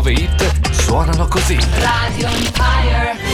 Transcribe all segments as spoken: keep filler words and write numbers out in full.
nuove hit suonano così. Radio Empire.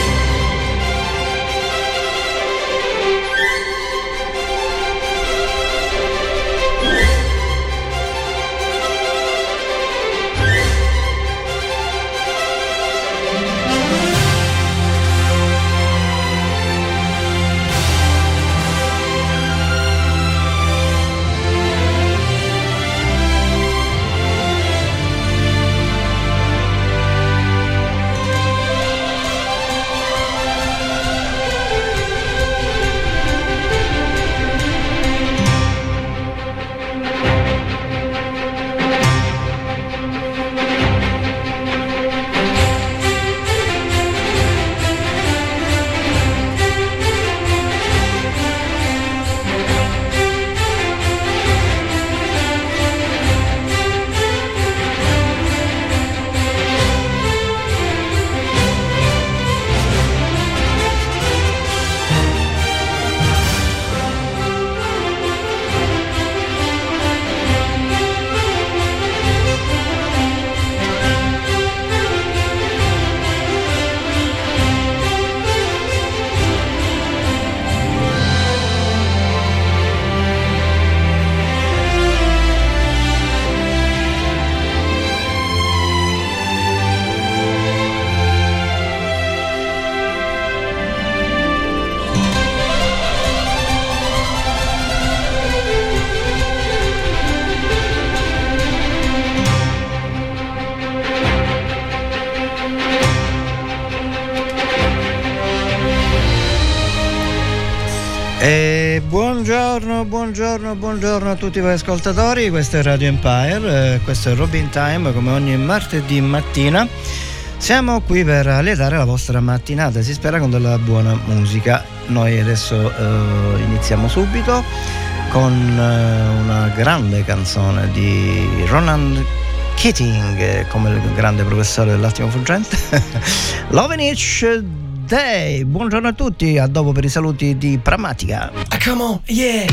E buongiorno, buongiorno, buongiorno a tutti voi ascoltatori, questo è Radio Empire, eh, questo è Robin Time, come ogni martedì mattina. Siamo qui per allietare la vostra mattinata, si spera con della buona musica. Noi adesso eh, iniziamo subito con eh, una grande canzone di Ronan Keating, come il grande professore dell'attimo fuggente, Loving Each Day. Buongiorno a tutti, a dopo per i saluti di Pragmatica. Ah, come on, yeah.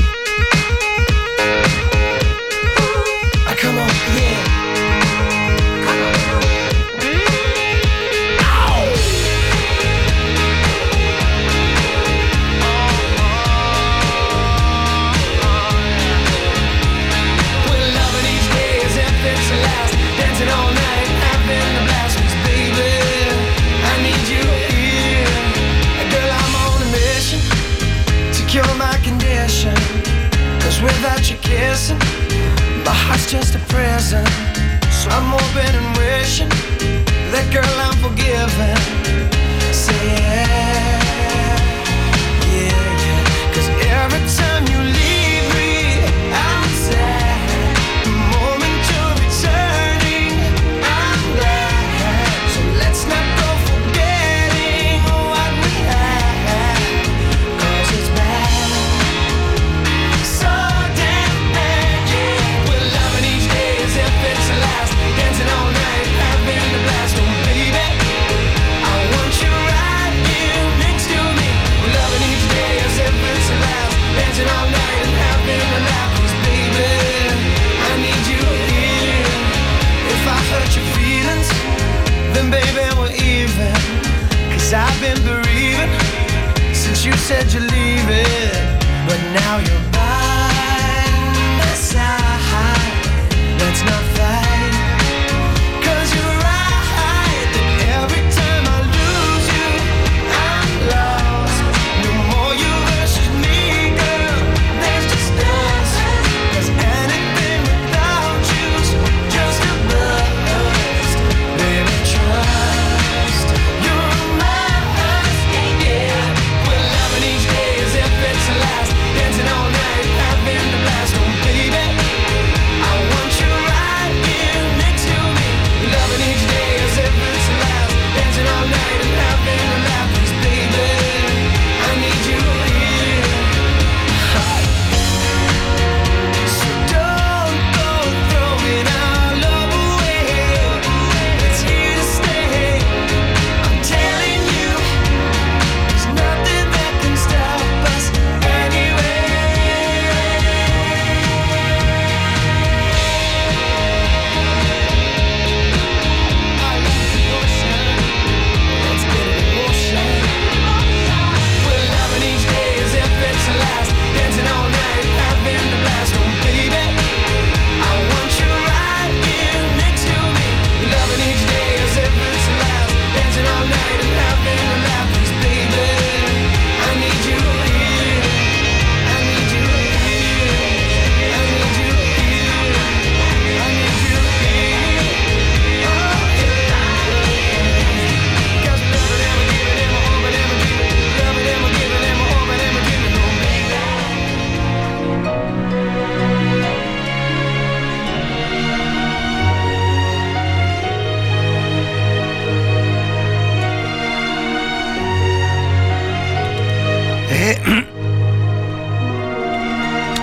Ah, come on, yeah. Without you kissing, my heart's just a prison. So I'm hoping and wishing that girl I'm forgiven. Say yeah, yeah, yeah. Cause every time you leave me, I'm sad. The moment you're returning, I'm glad. So let's not go forgetting what we had. Cause it's bad. I've been bereaving since you said you're leaving, but now you're by my side. Let's not fight, cause you're right that every time I lose you, I'm lost. No more you versus me, girl, there's just us. Cause anything without you's just a bust. Baby, trust, you're mine. Dancing all night.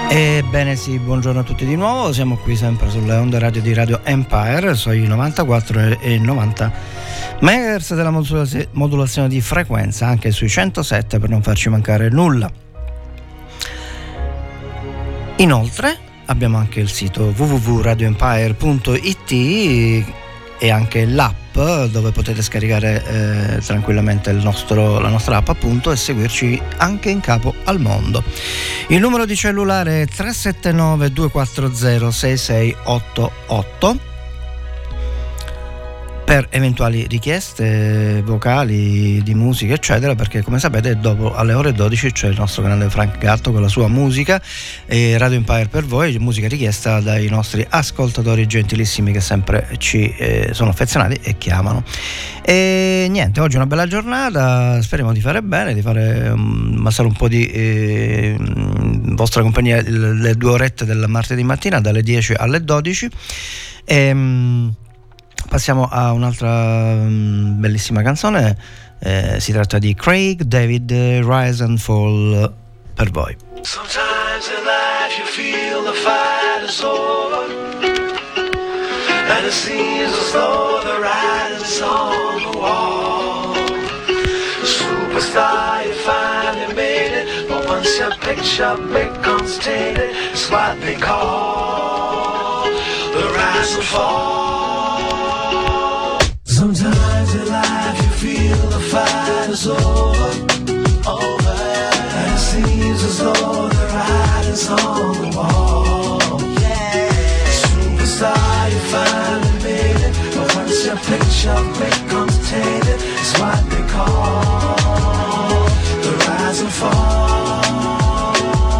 Ebbene sì, buongiorno a tutti di nuovo, siamo qui sempre sulle onde radio di Radio Empire, sui novantaquattro e novanta megahertz della modulazione di frequenza, anche sui centosette per non farci mancare nulla. Inoltre abbiamo anche il sito w w w punto radio empire punto i t e anche l'app dove potete scaricare eh, tranquillamente il nostro, la nostra app appunto e seguirci anche in capo al mondo. Il numero di cellulare è tre sette nove due quattro zero sei sei otto otto per eventuali richieste vocali di musica eccetera, perché come sapete dopo alle ore dodici c'è il nostro grande Frank Gatto con la sua musica e Radio Empire per voi, musica richiesta dai nostri ascoltatori gentilissimi che sempre ci eh, sono affezionati e chiamano. E niente, oggi è una bella giornata, speriamo di fare bene, di fare um, passare un po' di eh, vostra compagnia le due orette del martedì mattina dalle dieci alle dodici. E, um, passiamo a un'altra um, bellissima canzone, eh, si tratta di Craig David, Rise and Fall per voi. Sometimes in life you feel the fight is over, and it seems as though the writing's on the wall. Superstar, you finally made it, but once your picture becomes tainted, it's what they call the rise and fall. Sometimes in life you feel the fight is over, over, and it seems as though the writing's on the wall. Yeah. Superstar, you finally made it, but once your picture becomes tainted, it's what they call the rise and fall.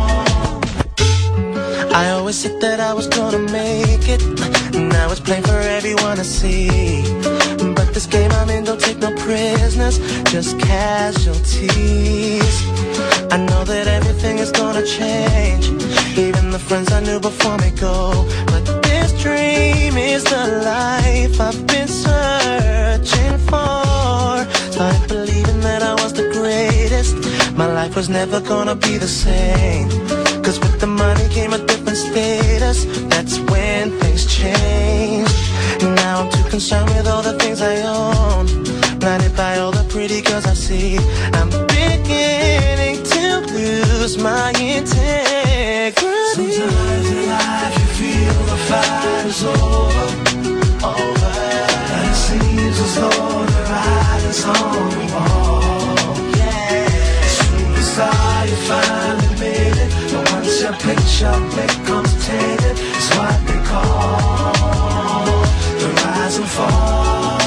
I always said that I was gonna make it, now it's plain for everyone to see. But this game I'm in don't take no prisoners, just casualties. I know that everything is gonna change, even the friends I knew before me go. But this dream is the life I've been searching for. Started believing that I was the greatest, my life was never gonna be the same. Cause with the money came a different status, that's when things changed. Now I'm too concerned with all the things I own, blinded by all the pretty girls I see. I'm beginning to lose my integrity. Sometimes in life you feel the fight is over, over, and it seems as though the writing's on the wall. Yeah. Superstar, you finally made it, but once your picture becomes tainted, it's what they call the rise and fall.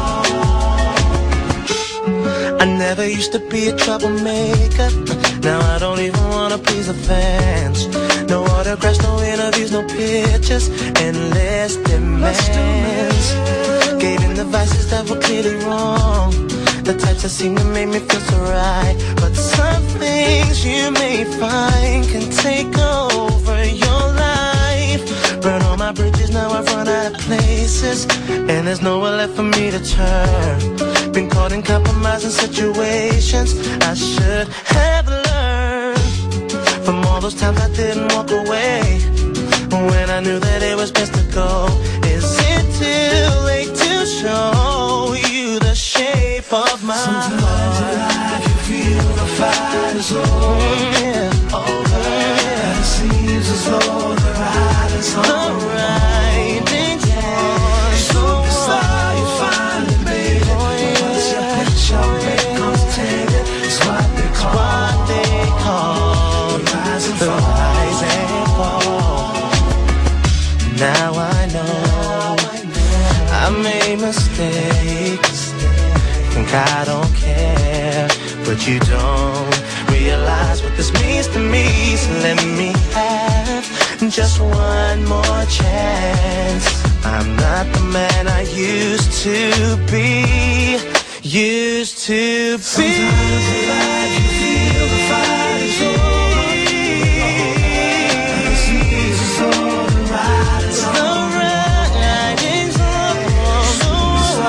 I never used to be a troublemaker, now I don't even wanna please the fans. No autographs, no interviews, no pictures, endless demands. Gave in the vices that were clearly wrong, the types that seem to make me feel so right. But some things you may find can take over your life. Burn all my bridges, now I've run out of places, and there's nowhere left for me to turn. Been caught in compromising situations I should have learned from all those times I didn't walk away when I knew that it was best to go. Is it too late to show you the shape of my Sometimes heart? Sometimes in life you feel the fight is over, yeah. over, yeah. And it seems as though the writing's on the writing's on. Superstar, you finally made it, but once your picture becomes tainted, it's what they call, what they call the rise and fall. Rise and fall. Now I know I made mistakes, think I don't care, but you don't realize what this means to me. So let me have just one more chance. I'm not the man I used to be, used to be. Sometimes in life you feel the fight is over, and it seems as though the writing's on the writing's on the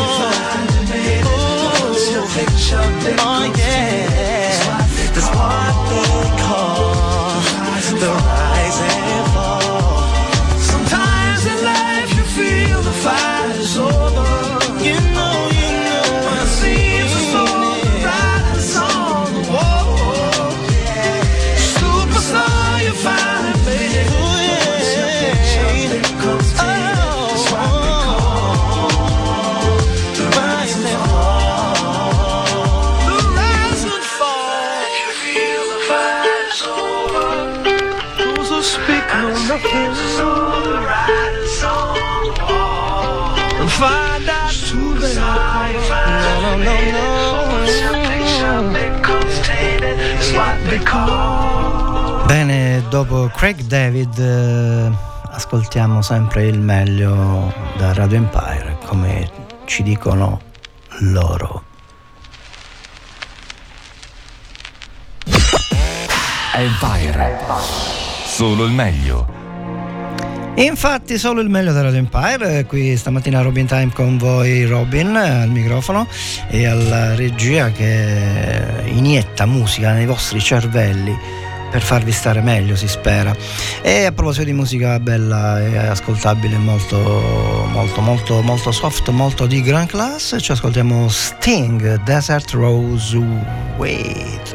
wall. Picture becomes, oh yeah, that's what they call the rise. will speak no nothing. And find out who they are. No, no, no, no. Bene, dopo Craig David eh, ascoltiamo sempre il meglio da Radio Empire, come ci dicono loro. Empire. Solo il meglio. Infatti solo il meglio da Radio Empire, qui stamattina Robin Time con voi, Robin al microfono e alla regia che inietta musica nei vostri cervelli per farvi stare meglio, si spera. E a proposito di musica bella e ascoltabile, molto molto molto molto soft, molto di gran classe, ci ascoltiamo Sting, Desert Rose Wait.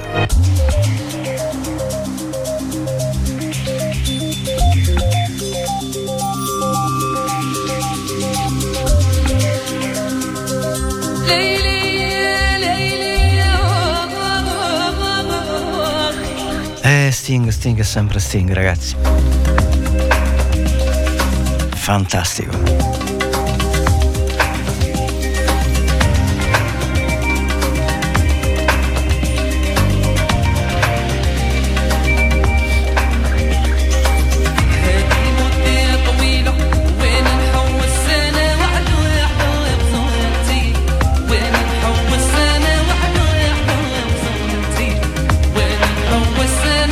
Eh, Sting, Sting è sempre Sting, ragazzi. Fantastico.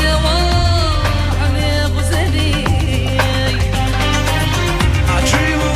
I dream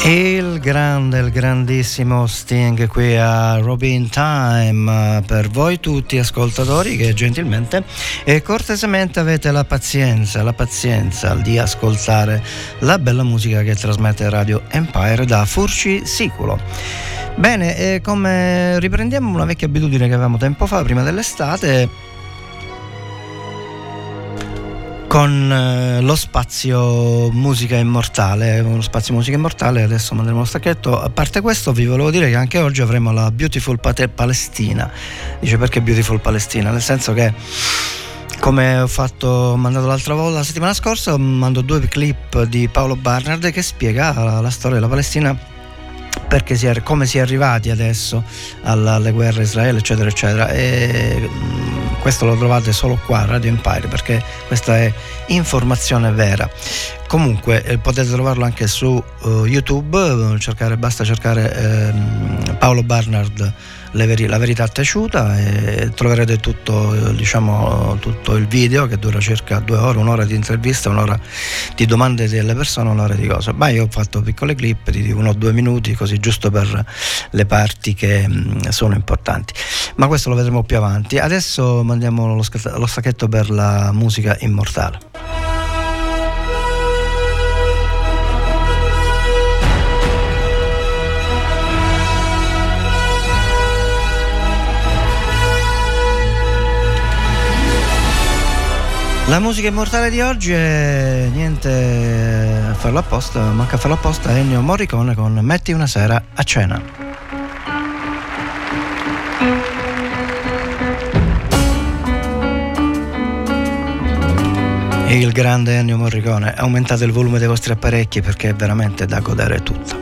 Il grande, il grandissimo Sting qui a Robin Time per voi tutti ascoltatori che gentilmente e cortesemente avete la pazienza, la pazienza di ascoltare la bella musica che trasmette Radio Empire da Furci Siculo. Bene, e come riprendiamo una vecchia abitudine che avevamo tempo fa, prima dell'estate, con eh, lo spazio musica immortale, lo spazio musica immortale, adesso manderemo lo stacchetto. A parte questo vi volevo dire che anche oggi avremo la Beautiful Pate- Palestina. Dice perché Beautiful Palestina? Nel senso che, come ho fatto, ho mandato l'altra volta, la settimana scorsa, mando due clip di Paolo Barnard che spiega la, la storia della Palestina, perché si è, come si è arrivati adesso alla, alle guerre Israele eccetera eccetera, e mh, questo lo trovate solo qua a Radio Empire, perché questa è informazione vera. Comunque eh, potete trovarlo anche su uh, YouTube, cercare, basta cercare eh, Paolo Barnard, le veri, la verità teciuta, e troverete tutto, eh, diciamo, tutto il video, che dura circa due ore, un'ora di intervista, un'ora di domande delle persone, un'ora di cose. Ma io ho fatto piccole clip di uno o due minuti, così giusto per le parti che mh, sono importanti. Ma questo lo vedremo più avanti. Adesso mandiamo lo, sc- lo stacchetto per la musica immortale. La musica immortale di oggi è niente a farlo apposta, manca a farlo apposta, Ennio Morricone con Metti una sera a cena. E il grande Ennio Morricone, aumentate il volume dei vostri apparecchi perché è veramente da godere tutto.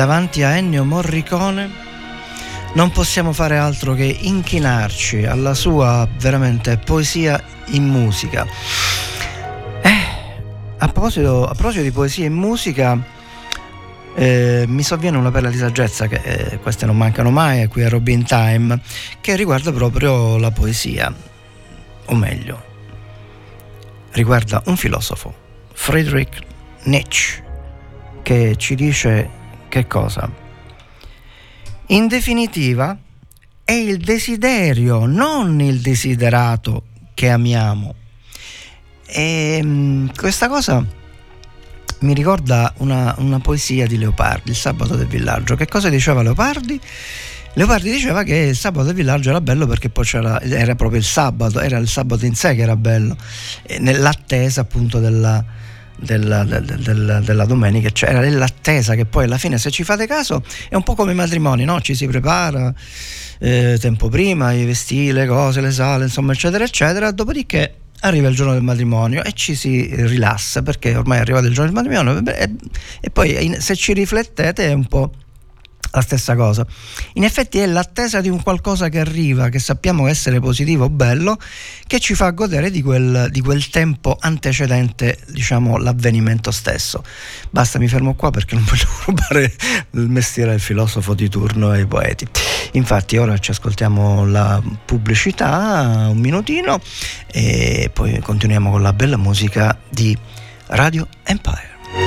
davanti a Ennio Morricone non possiamo fare altro che inchinarci alla sua veramente poesia in musica. Eh, a proposito, a proposito di poesia in musica, eh, mi sovviene una perla di saggezza che eh, queste non mancano mai qui a Robin Time, che riguarda proprio la poesia, o meglio, riguarda un filosofo, Friedrich Nietzsche, che ci dice che cosa? In definitiva, è il desiderio, non il desiderato, che amiamo. E mh, questa cosa mi ricorda una, una poesia di Leopardi, Il sabato del villaggio. Che cosa diceva Leopardi? Leopardi diceva che il sabato del villaggio era bello perché poi c'era, era proprio il sabato, era il sabato in sé che era bello, e nell'attesa appunto della Della, della, della, della domenica, cioè era nell'attesa che poi alla fine, se ci fate caso, è un po' come i matrimoni, no? Ci si prepara eh, tempo prima, i vestiti, le cose, le sale, insomma, eccetera eccetera, dopodiché arriva il giorno del matrimonio e ci si rilassa perché ormai è arrivato il giorno del matrimonio e, e poi se ci riflettete è un po' la stessa cosa. In effetti è l'attesa di un qualcosa che arriva, che sappiamo essere positivo o bello, che ci fa godere di quel, di quel tempo antecedente, diciamo, l'avvenimento stesso. Basta, mi fermo qua perché non voglio rubare il mestiere al filosofo di turno e ai poeti. Infatti ora ci ascoltiamo la pubblicità, un minutino, e poi continuiamo con la bella musica di Radio Empire.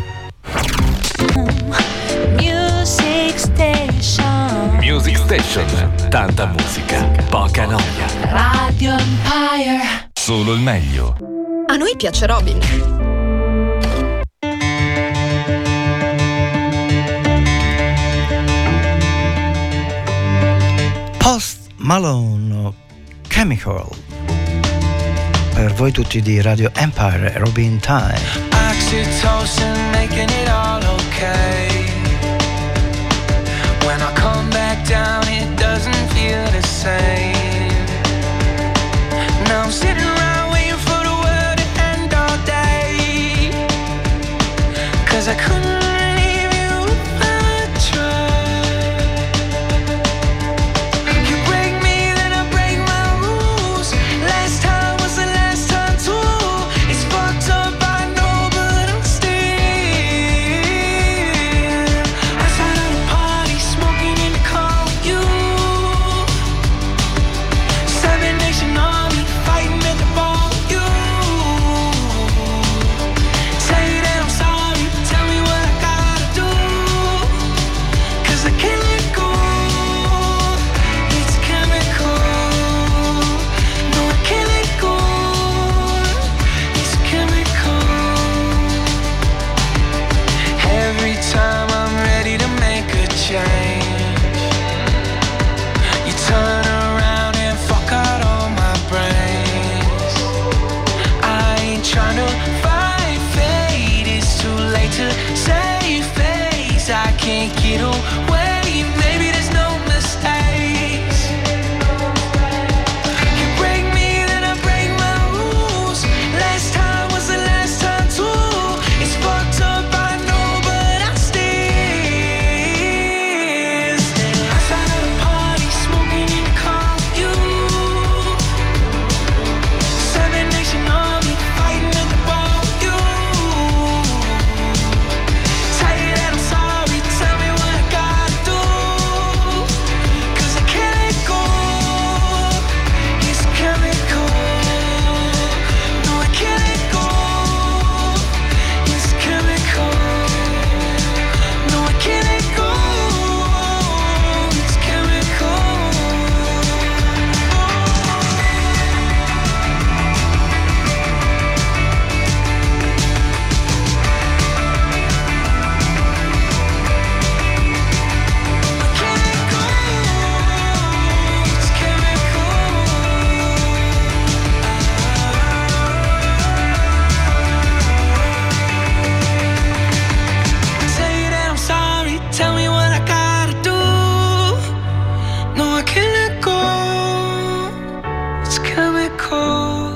Music Station, tanta musica, poca noia. Radio Empire. Solo il meglio. A noi piace Robin. Post Malone, Chemical, per voi tutti di Radio Empire, Robin Time. Oxytocin making it all okay. When I come back down, it doesn't feel the same. Now I'm sitting around waiting for the world to end all day. Cause I couldn't leave you if I tried. You break me, then I break my rules. Last time was the last time too. It's fucked up, I know, but I'm still outside of the party, smoking in the car with you. Seven Nation Army, fighting at the bar with you. Say that I'm sorry, tell me what I gotta do. Cause I can't let go, it's chemical. No, I can't let go, it's chemical. Every time I'm ready to make a change, you turn around and fuck out all my brains. I ain't tryna fight fate, it's too late to save face. I can't get away, maybe there's no mistakes. You break me, then I break my rules. Last time was the last time too. It's fucked up, I know, but I still outside of the party, smoking in the car with you. Seven Nation Army, fighting at the bar with you. Tell you that I'm sorry, tell me what I gotta do. Cause I can't let go, it's chemical. No, I can't let go, it's chemical. No, I can't let go, it's chemical. Say that I'm sorry, tell me what I gotta do. No, I can't let go, it's chemical.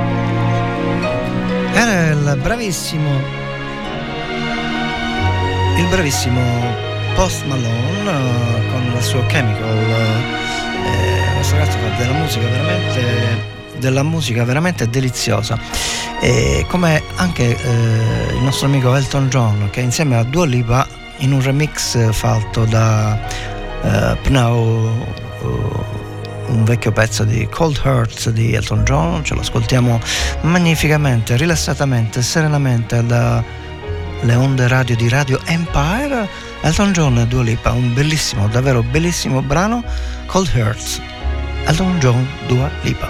Era il bravissimo il bravissimo Post Malone uh, con il suo Chemical. Eh, questo ragazzo fa della musica veramente della musica veramente deliziosa, e come anche eh, il nostro amico Elton John, che insieme a Dua Lipa in un remix fatto da uh, Pnau, uh, un vecchio pezzo di Cold Hearts di Elton John. Ce lo ascoltiamo magnificamente, rilassatamente, serenamente dalle onde radio di Radio Empire. Elton John e Dua Lipa, un bellissimo, davvero bellissimo brano, Cold Hearts. Elton John, Dua Lipa.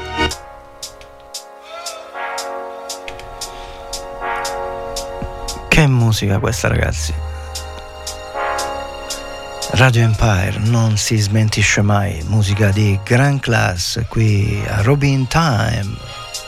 Che musica questa, ragazzi. Radio Empire non si smentisce mai, musica di gran classe qui a Robin Time.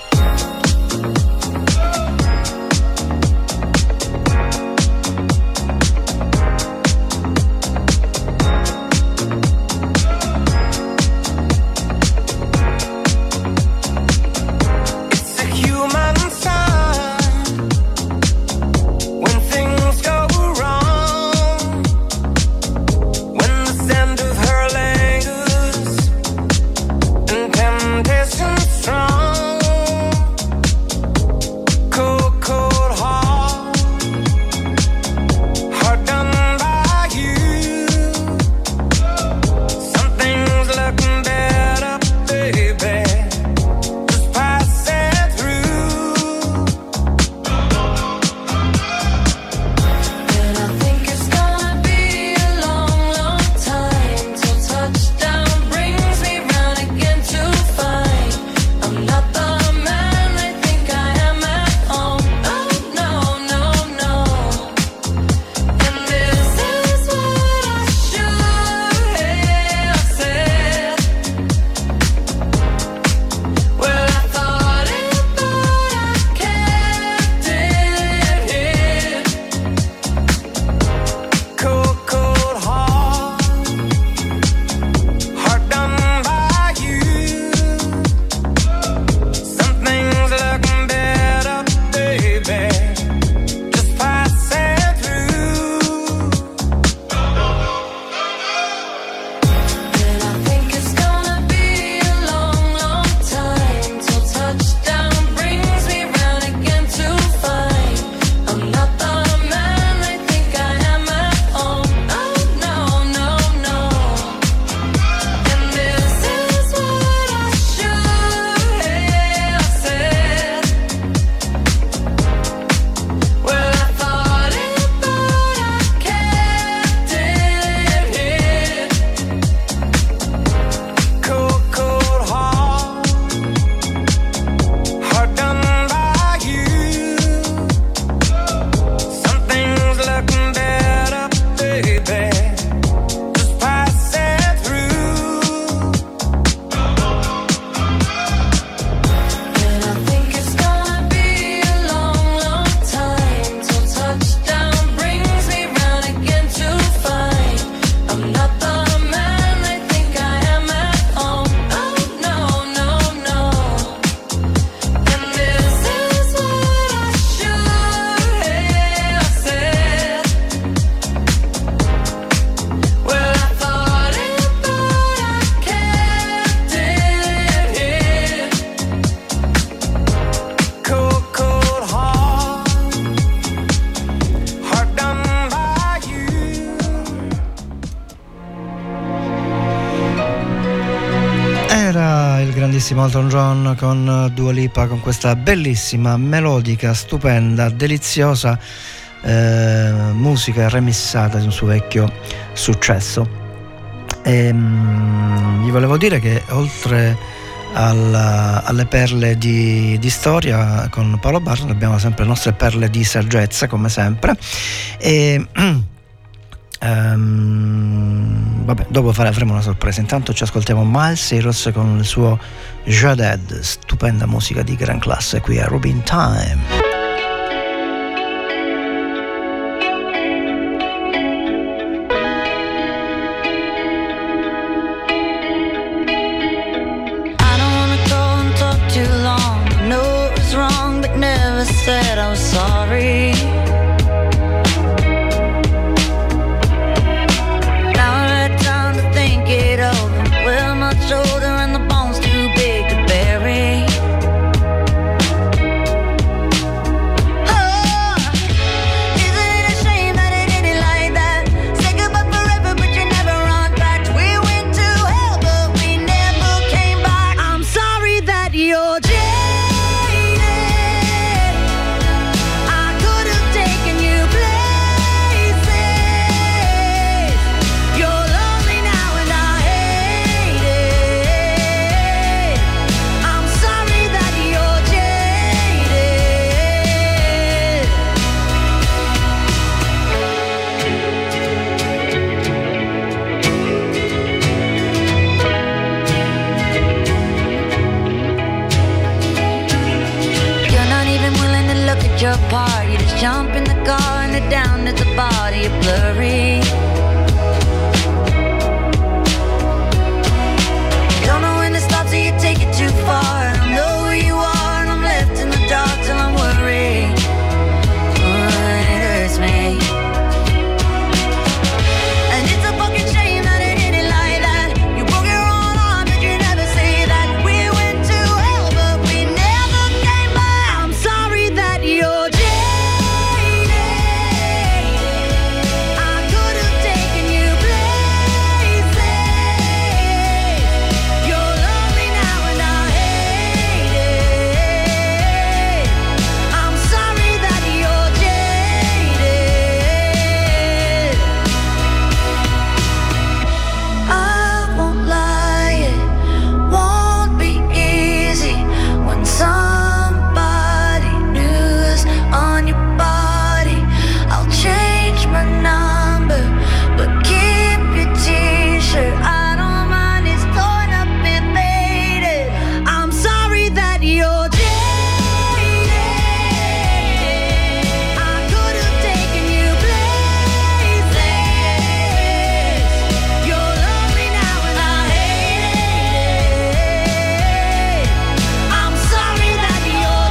Elton John con Dua Lipa, con questa bellissima, melodica, stupenda, deliziosa eh, musica remissata di un suo vecchio successo. E, mh, vi volevo dire che oltre alla, alle perle di, di storia con Paolo Barton abbiamo sempre le nostre perle di saggezza, come sempre. E Um, vabbè, dopo faremo una sorpresa. Intanto ci ascoltiamo Miles Cyrus con il suo Jaded, stupenda musica di gran classe qui a Robin Time. Said I was sorry. apart. You just jump in the car and head down to the body, you're blurry. Don't know when to stop till you take it too far. I don't know where you are and I'm left in the dark till I'm worried. Oh, it hurts me. And it's a fucking shame that it ended like that. You broke your own arm, but you never say that. We went to hell, but we never came back. I'm sorry that you're jaded. I could have taken you places. You're lonely now and I hate it. I'm sorry that you're jaded. I won't lie, it won't be easy when somebody new's on your body. I'll change my number, but keep your t-shirt. I don't mind, it's torn up and faded. I'm sorry that you're jaded. I could have taken you places. You're lonely now and I hate it. I'm sorry that you're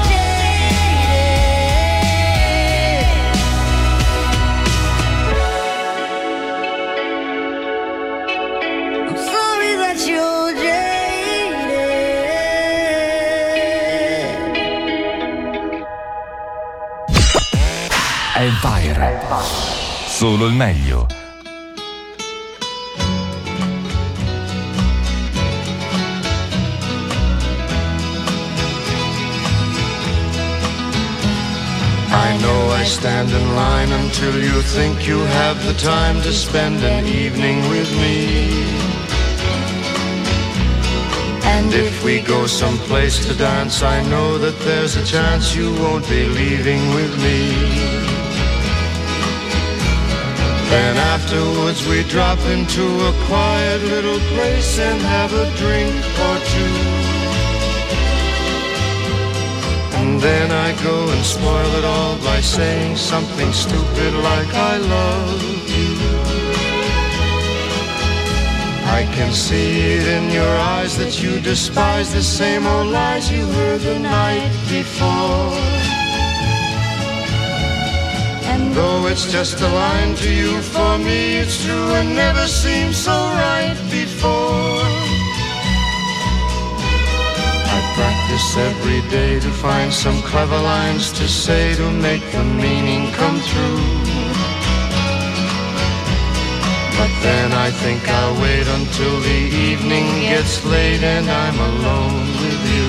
jaded. I'm sorry that you're jaded. Empire. Solo il meglio. I know I stand in line until you think you have the time to spend an evening with me. And if we go someplace to dance, I know that there's a chance you won't be leaving with me. Then afterwards we drop into a quiet little place and have a drink or two. And then I go and spoil it all by saying something stupid like I love you. I can see it in your eyes that you despise the same old lies you heard the night before. And though it's just a line to you, for me it's true and never seemed so right before. I practice every day to find some clever lines to say to make the meaning come true. But then I think I'll wait until the evening gets late and I'm alone with you.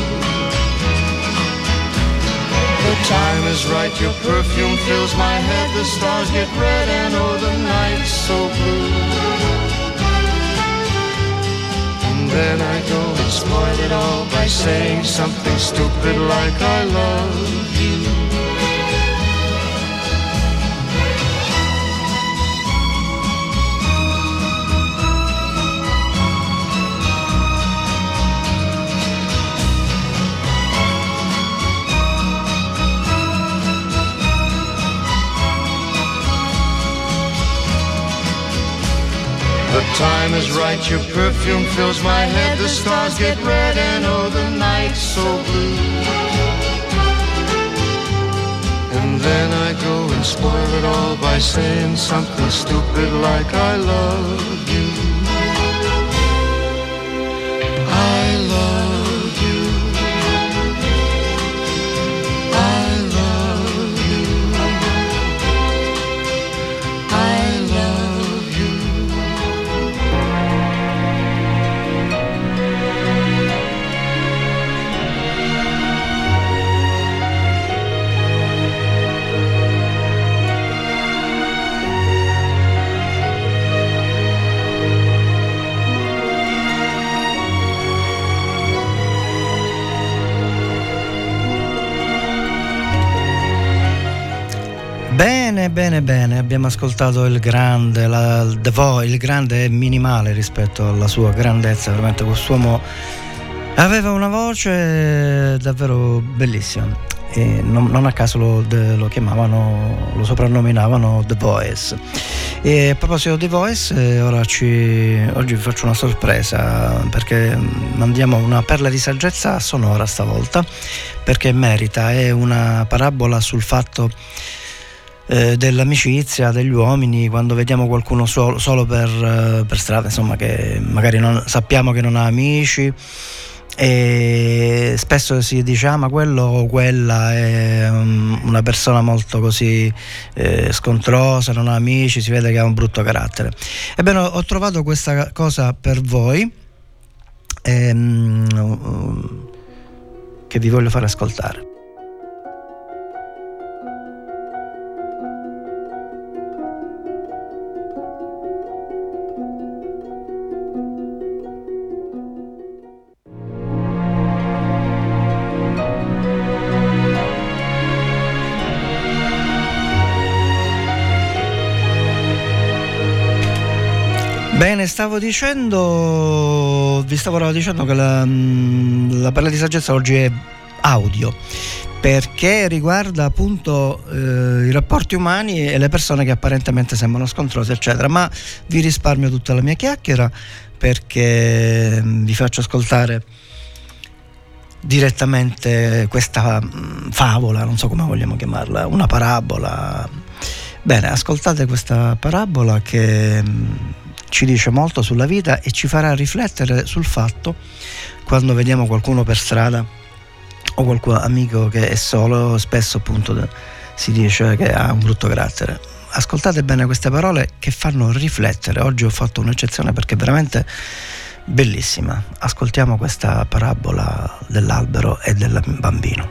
The time is right, your perfume fills my head, the stars get red and oh the night's so blue. And then I go and spoil it all by saying something stupid like I love you. The time is right, your perfume fills my head, the stars get red and oh the night's so blue. And then I go and spoil it all by saying something stupid like I love you. I love you. I love you. I love you. Bene, bene, bene, abbiamo ascoltato il grande, la, The Voice, il grande è minimale rispetto alla sua grandezza, veramente quest'uomo aveva una voce davvero bellissima. e non, non a caso lo, de, lo chiamavano, lo soprannominavano The Voice. E a proposito di Voice, ora ci, oggi vi faccio una sorpresa, perché mandiamo una perla di saggezza sonora stavolta, perché merita. È una parabola sul fatto eh, dell'amicizia degli uomini, quando vediamo qualcuno solo, solo per, per strada, insomma, che magari non, sappiamo che non ha amici, e spesso si dice ah, ma quello o quella è um, una persona molto così eh, scontrosa, non ha amici, si vede che ha un brutto carattere. Ebbene, ho trovato questa cosa per voi ehm, che vi voglio fare ascoltare. Bene, stavo dicendo, vi stavo dicendo che la, la perla di saggezza oggi è audio, perché riguarda appunto eh, i rapporti umani e le persone che apparentemente sembrano scontrose, eccetera. Ma vi risparmio tutta la mia chiacchiera, perché vi faccio ascoltare direttamente questa mh, favola, non so come vogliamo chiamarla, una parabola. Bene, ascoltate questa parabola che mh, ci dice molto sulla vita e ci farà riflettere sul fatto, quando vediamo qualcuno per strada o qualcuno amico che è solo, spesso appunto si dice che ha un brutto carattere. Ascoltate bene queste parole che fanno riflettere. Oggi ho fatto un'eccezione perché è veramente bellissima. Ascoltiamo questa parabola dell'albero e del bambino.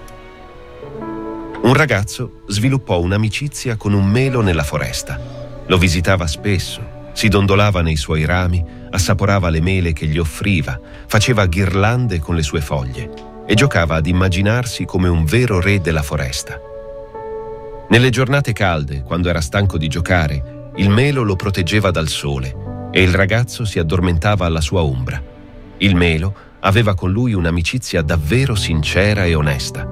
Un ragazzo sviluppò un'amicizia con un melo nella foresta. Lo visitava spesso, si dondolava nei suoi rami, assaporava le mele che gli offriva, faceva ghirlande con le sue foglie e giocava ad immaginarsi come un vero re della foresta. Nelle giornate calde, quando era stanco di giocare, il melo lo proteggeva dal sole e il ragazzo si addormentava alla sua ombra. Il melo aveva con lui un'amicizia davvero sincera e onesta.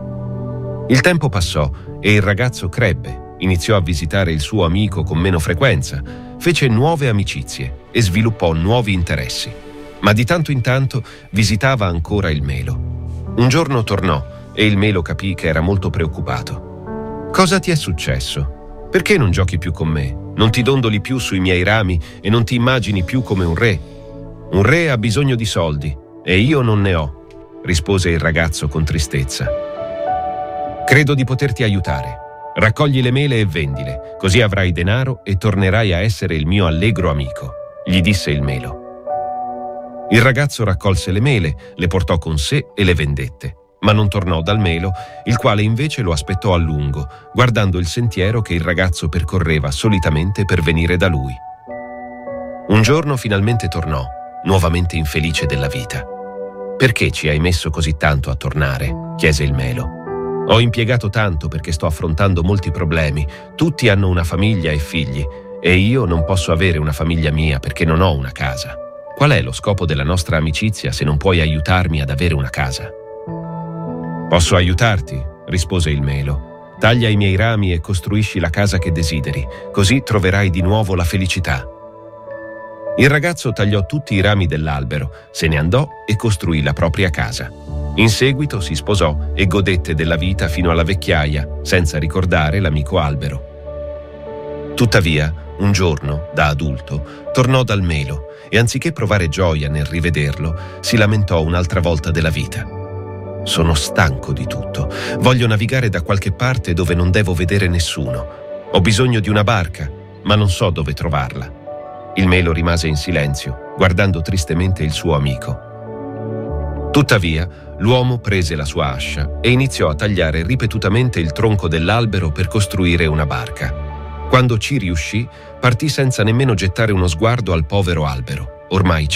Il tempo passò e il ragazzo crebbe. Iniziò a visitare il suo amico con meno frequenza, fece nuove amicizie e sviluppò nuovi interessi. Ma di tanto in tanto visitava ancora il melo. Un giorno tornò e il melo capì che era molto preoccupato. «Cosa ti è successo? Perché non giochi più con me? Non ti dondoli più sui miei rami e non ti immagini più come un re? Un re ha bisogno di soldi e io non ne ho», rispose il ragazzo con tristezza. «Credo di poterti aiutare. Raccogli le mele e vendile, così avrai denaro e tornerai a essere il mio allegro amico», gli disse il melo. Il ragazzo raccolse le mele, le portò con sé e le vendette, ma non tornò dal melo, il quale invece lo aspettò a lungo, guardando il sentiero che il ragazzo percorreva solitamente per venire da lui. Un giorno finalmente tornò, nuovamente infelice della vita. «Perché ci hai messo così tanto a tornare?» chiese il melo. «Ho impiegato tanto perché sto affrontando molti problemi. Tutti hanno una famiglia e figli e io non posso avere una famiglia mia perché non ho una casa. Qual è lo scopo della nostra amicizia se non puoi aiutarmi ad avere una casa?» «Posso aiutarti», rispose il melo. «Taglia i miei rami e costruisci la casa che desideri, così troverai di nuovo la felicità». Il ragazzo tagliò tutti i rami dell'albero, se ne andò e costruì la propria casa. In seguito si sposò e godette della vita fino alla vecchiaia, senza ricordare l'amico albero. Tuttavia, un giorno, da adulto, tornò dal melo e anziché provare gioia nel rivederlo, si lamentò un'altra volta della vita. «Sono stanco di tutto. Voglio navigare da qualche parte dove non devo vedere nessuno. Ho bisogno di una barca, ma non so dove trovarla». Il melo rimase in silenzio, guardando tristemente il suo amico. Tuttavia, l'uomo prese la sua ascia e iniziò a tagliare ripetutamente il tronco dell'albero per costruire una barca. Quando ci riuscì, partì senza nemmeno gettare uno sguardo al povero albero, ormai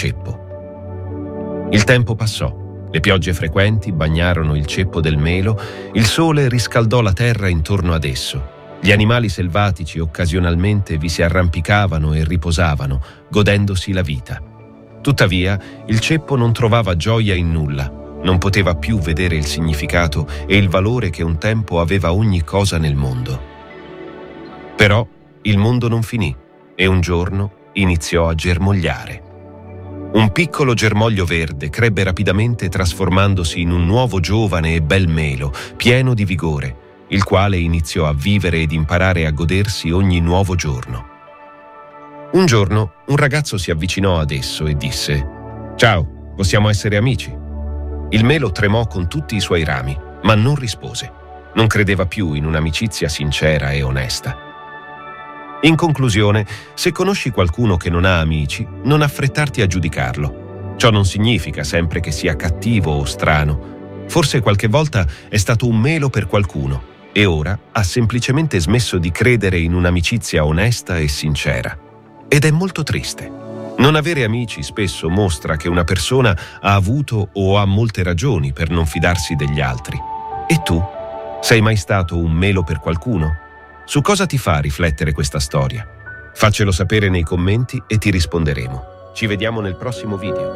ceppo. Il tempo passò. Le piogge frequenti bagnarono il ceppo del melo, il sole riscaldò la terra intorno ad esso. Gli animali selvatici occasionalmente vi si arrampicavano e riposavano, godendosi la vita. Tuttavia, il ceppo non trovava gioia in nulla. non poteva più vedere il significato e il valore che un tempo aveva ogni cosa nel mondo. Però il mondo non finì e un giorno iniziò a germogliare. Un piccolo germoglio verde crebbe rapidamente trasformandosi in un nuovo giovane e bel melo, pieno di vigore, il quale iniziò a vivere ed imparare a godersi ogni nuovo giorno. Un giorno un ragazzo si avvicinò ad esso e disse: «Ciao, possiamo essere amici?» Il melo tremò con tutti i suoi rami, ma non rispose. Non credeva più in un'amicizia sincera e onesta. In conclusione, se conosci qualcuno che non ha amici, non affrettarti a giudicarlo. Ciò non significa sempre che sia cattivo o strano. Forse qualche volta è stato un melo per qualcuno e ora ha semplicemente smesso di credere in un'amicizia onesta e sincera. Ed è molto triste. Non avere amici spesso mostra che una persona ha avuto o ha molte ragioni per non fidarsi degli altri. E tu? Sei mai stato un melo per qualcuno? Su cosa ti fa riflettere questa storia? Faccelo sapere nei commenti e ti risponderemo. Ci vediamo nel prossimo video.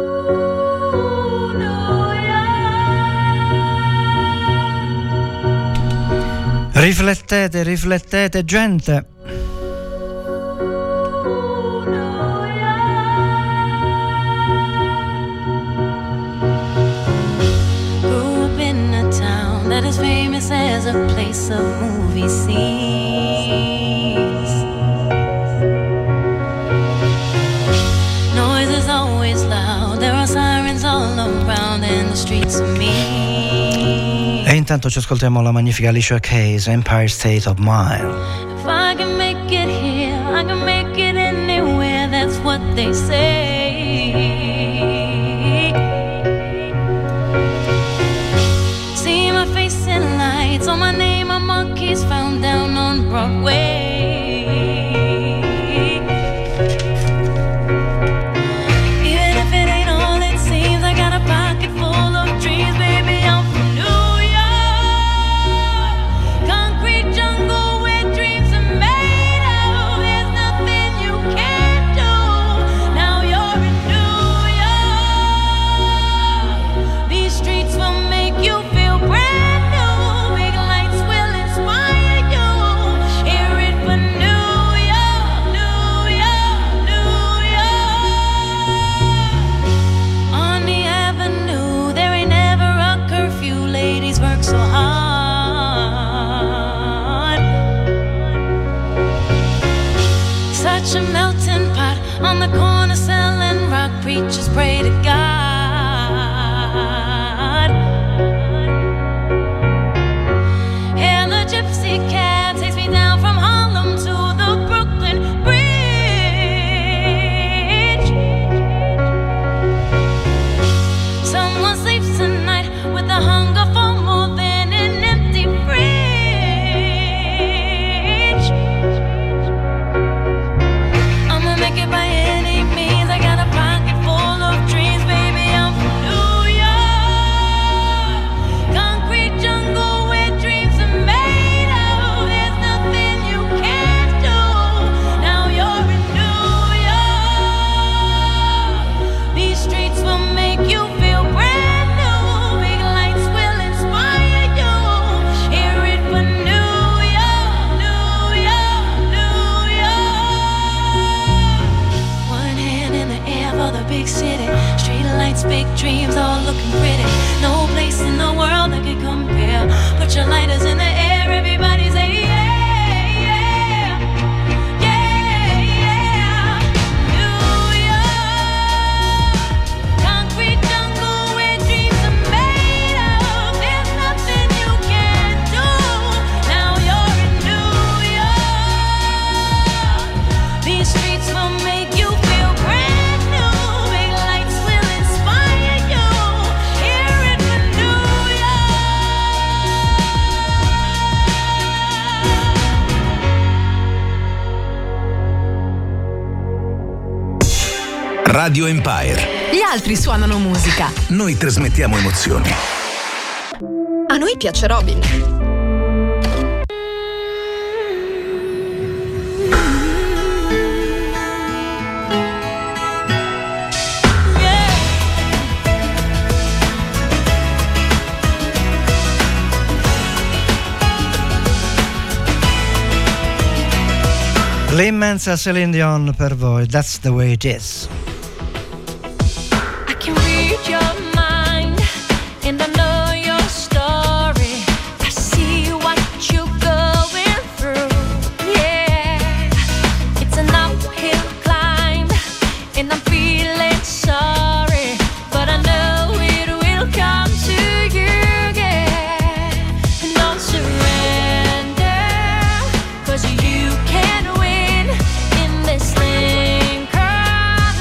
Riflettete, riflettete, gente. Grew up in a town that is famous as a place of movie scenes. Noise is always loud, there are sirens all around and the streets are mean. E intanto ci ascoltiamo la magnifica Alicia Keys, Empire State of Mind. If I can make it here, I can make it anywhere, that's what they say. See my face in lights, on my name a monkey's found down on Broadway. Even if it ain't all it seems, I got a pocket full of dreams, baby, I'm from New York. Concrete jungle where dreams are made of. There's nothing you can't do. Now you're in New York. These streets will make you feel brand new. Big lights will inspire you. Hear it for New York, New York, New York. On the avenue, there ain't never a curfew. Ladies work so hard. Such a melting pot on the corner selling rock. Preachers pray to God. And the gypsy cab takes me down from Harlem to the Brooklyn Bridge. Someone sleeps tonight with a hunger for more than an empty fridge. I'ma make it by any means. I got a pocket full of dreams, baby. I'm from New York. Concrete jungle where dreams are made of. There's nothing you can't do. Now you're in New York. These streets will make you feel brand new. Big lights will inspire you. Hear it for New York, New York, New York. One hand in the air for the big city. Street lights, big dreams, all looking pretty. No place in the world that could compare. Put your lighters in the air, everybody say yeah, yeah, yeah, yeah. New York, concrete jungle where dreams are made of. There's nothing you can't do. Now you're in New York. These streets will make you feel brand new. Big lights will inspire you. Hear it for New York. Radio Empire. Gli altri suonano musica. Noi trasmettiamo emozioni. A noi piace Robin. Yeah. L'immensa Celine Dion per voi, That's the Way It Is. I can read your mind and I know your story. I see what you're going through. Yeah, it's an uphill climb and I'm feeling sorry, but I know it will come to you. Yeah, and don't surrender, 'cause you can win in this thing called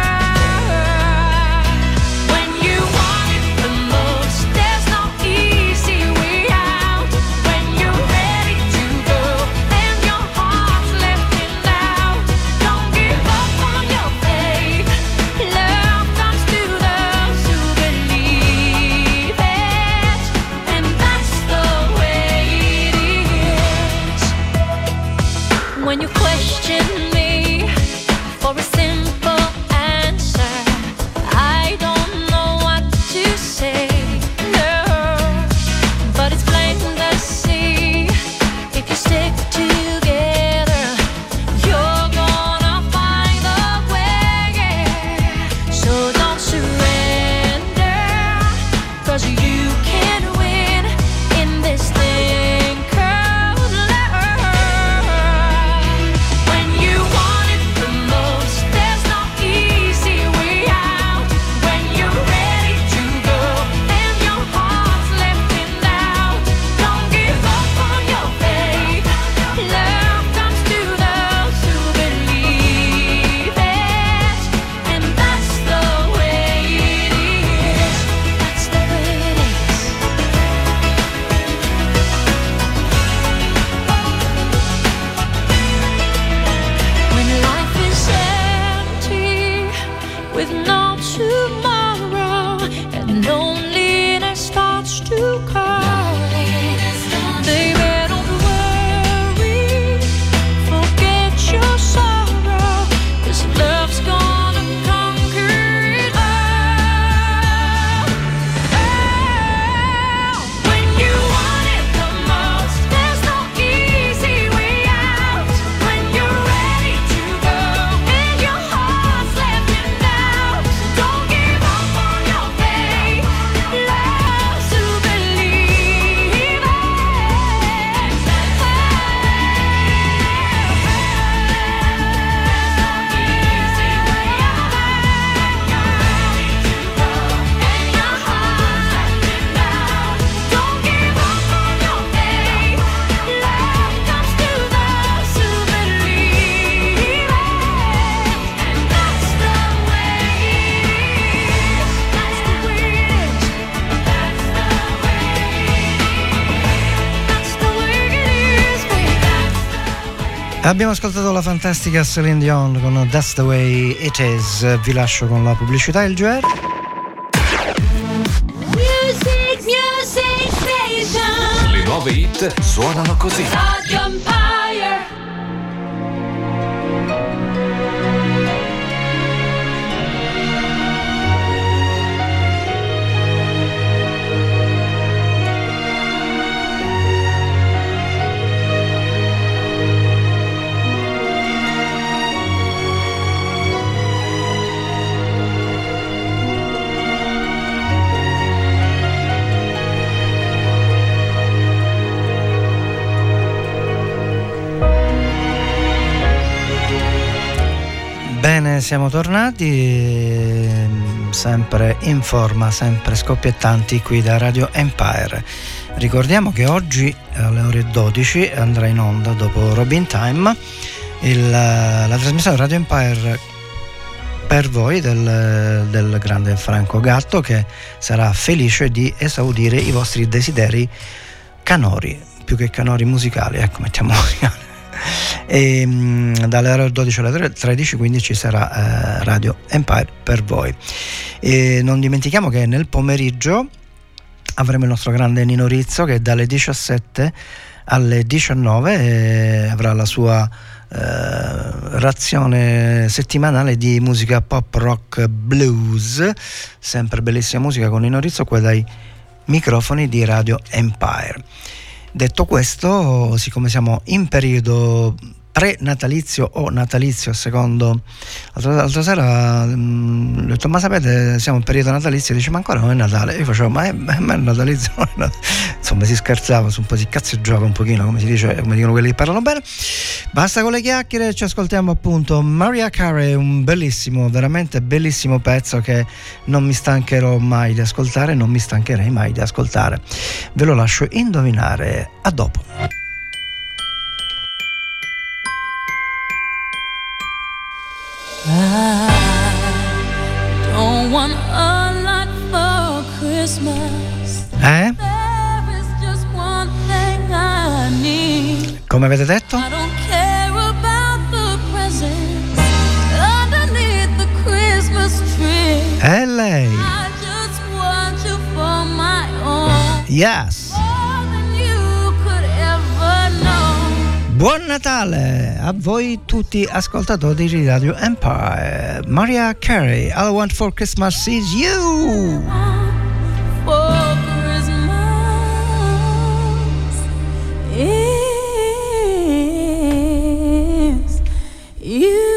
love. When you want it the most, there's no easy way out. When you're ready to go and your heart's left in doubt, don't give up on your faith. Love comes to those who believe it, and that's the way it is. When you question me for a simple answer, I don't know what to say, no, but it's plain to see, if you stick together, you're gonna find a way. So don't surrender, 'cause you can win in this thing called love. When you want it the most, there's no easy way out. When you're ready to go and your heart's left in doubt, don't give up on your faith. Love comes to those who believe it, and that's the way it is. That's the way it is. When life is empty with no tomorrow and loneliness starts to call, baby, don't worry, forget your sorrow, 'cause love's gonna conquer it all. Oh, when you want it the most, there's no easy way out. When you're ready to go and your heart's left in doubt, don't give up on your faith. Love to believe it. Don't give up on your faith. Love comes to those who believe it, and that's the way it is. That's the way it is. That's the way it is. That's the way it is, baby. Abbiamo ascoltato la fantastica Celine Dion con That's the Way It Is. Vi lascio con la pubblicità e il G R. Music, music station. Le nuove hit suonano così. Radio Empire. Bene, siamo tornati, ehm, sempre in forma, sempre scoppiettanti qui da Radio Empire. Ricordiamo che oggi alle ore dodici andrà in onda, dopo Robin Time, il, la trasmissione Radio Empire per voi del, del grande Franco Gatto, che sarà felice di esaudire i vostri desideri canori, più che canori musicali, ecco, mettiamo musicali. E mh, dalle ore dodici alle tredici quindi ci sarà eh, Radio Empire per voi. E non dimentichiamo che nel pomeriggio avremo il nostro grande Nino Rizzo, che dalle diciassette alle diciannove eh, avrà la sua eh, razione settimanale di musica pop, rock, blues, sempre bellissima musica con Nino Rizzo qua dai microfoni di Radio Empire. Detto questo, siccome siamo in periodo pre-natalizio o natalizio, secondo l'altra, l'altra sera mh, ho detto: ma sapete, siamo in periodo natalizio, dice: ma ancora non è Natale. Io facevo: ma è, ma è natalizio, non è Natale. Insomma, si scherzava su un po', si cazzo gioca un pochino, come si dice, come dicono quelli che parlano bene. Basta con le chiacchiere, ci ascoltiamo appunto Mariah Carey, un bellissimo, veramente bellissimo pezzo che non mi stancherò mai di ascoltare, non mi stancherei mai di ascoltare. Ve lo lascio indovinare. A dopo. I don't want a lot for Christmas. Eh? There is just one thing I need. Come avete detto? I don't care about the presents underneath the Christmas tree. È lei. I just want you for my own. Yes. More than you could ever know. Buon Natale a voi tutti ascoltatori di Radio Empire. Mariah Carey, All I Want for Christmas is You. For Christmas is you.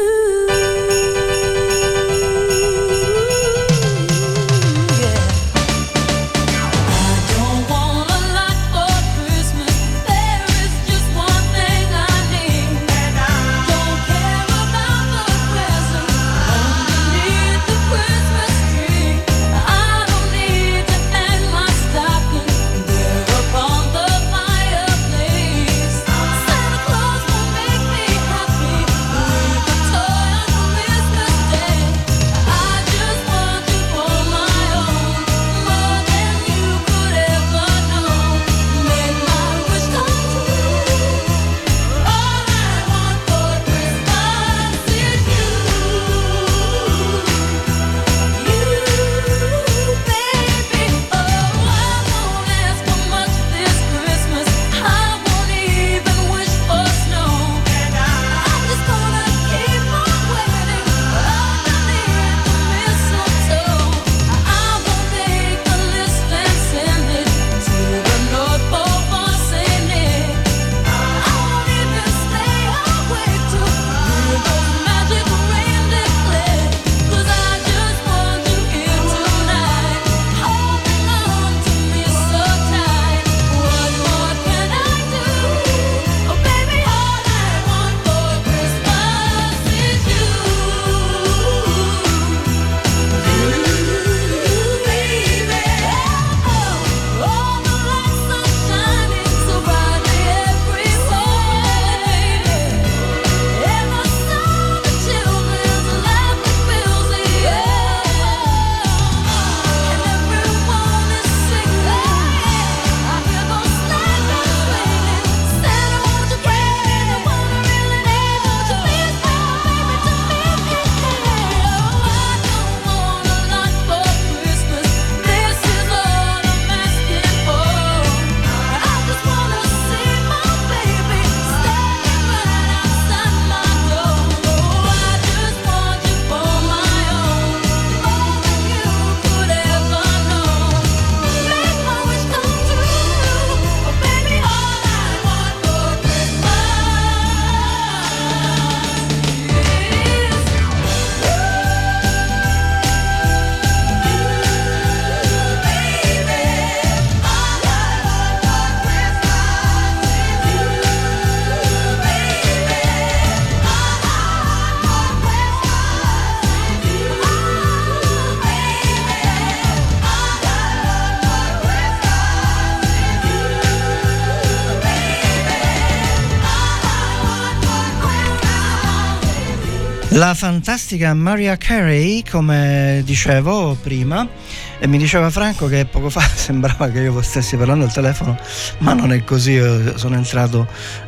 La fantastica Mariah Carey, come dicevo prima, e mi diceva Franco che poco fa sembrava che io stessi parlando al telefono, ma non è così. Io sono entrato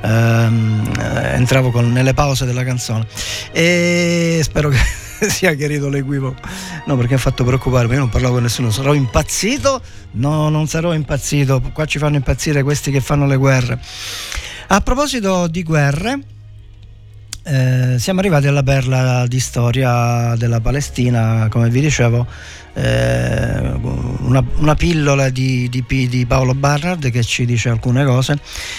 ehm, entravo con, nelle pause della canzone, e spero che sia chiarito l'equivoco. No, perché mi ha fatto preoccuparmi, io non parlavo con nessuno. Sarò impazzito? No, non sarò impazzito. Qua ci fanno impazzire questi che fanno le guerre. A proposito di guerre, eh, siamo arrivati alla perla di storia della Palestina, come vi dicevo, eh, una, una pillola di, di, di Paolo Barnard che ci dice alcune cose.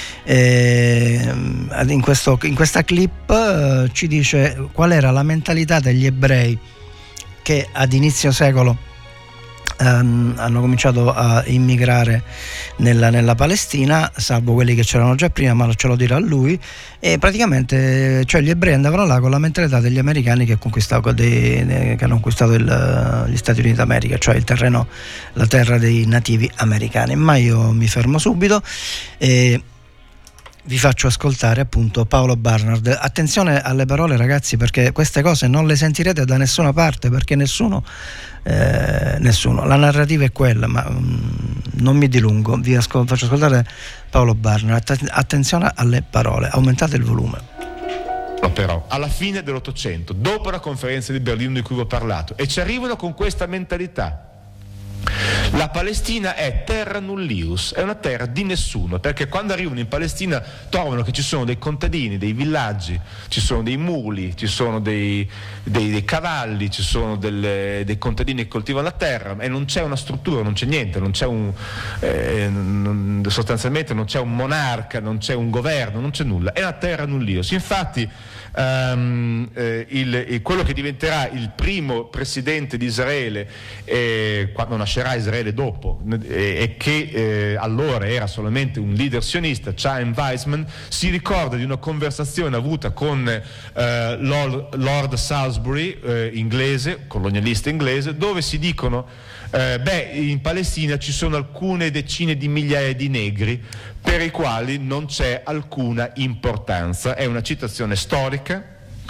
Eh, in, questo, in questa clip eh, ci dice qual era la mentalità degli ebrei che ad inizio secolo ehm, hanno cominciato a immigrare nella, nella Palestina, salvo quelli che c'erano già prima, ma ce lo dirà lui. E praticamente, cioè, gli ebrei andavano là con la mentalità degli americani che, dei, dei, che hanno conquistato il, gli Stati Uniti d'America, cioè il terreno, la terra dei nativi americani. Ma io mi fermo subito e vi faccio ascoltare appunto Paolo Barnard. Attenzione alle parole, ragazzi, perché queste cose non le sentirete da nessuna parte, perché nessuno eh, nessuno, la narrativa è quella, ma um, non mi dilungo, vi ascol- faccio ascoltare Paolo Barnard. Att- attenzione alle parole, aumentate il volume. Però alla fine dell'Ottocento, dopo la conferenza di Berlino di cui vi ho parlato, e ci arrivano con questa mentalità: la Palestina è terra nullius, è una terra di nessuno, perché quando arrivano in Palestina trovano che ci sono dei contadini, dei villaggi, ci sono dei muli, ci sono dei, dei, dei cavalli, ci sono delle, dei contadini che coltivano la terra, e non c'è una struttura, non c'è niente, non c'è un eh, non, sostanzialmente non c'è un monarca, non c'è un governo, non c'è nulla, è una terra nullius. Infatti Um, eh, il, il, quello che diventerà il primo presidente di Israele eh, quando nascerà Israele dopo eh, e che eh, allora era solamente un leader sionista, Chaim Weizmann, si ricorda di una conversazione avuta con eh, Lord, Lord Salisbury, eh, inglese, colonialista inglese, dove si dicono Eh, beh, in Palestina ci sono alcune decine di migliaia di negri per i quali non c'è alcuna importanza. È una citazione storica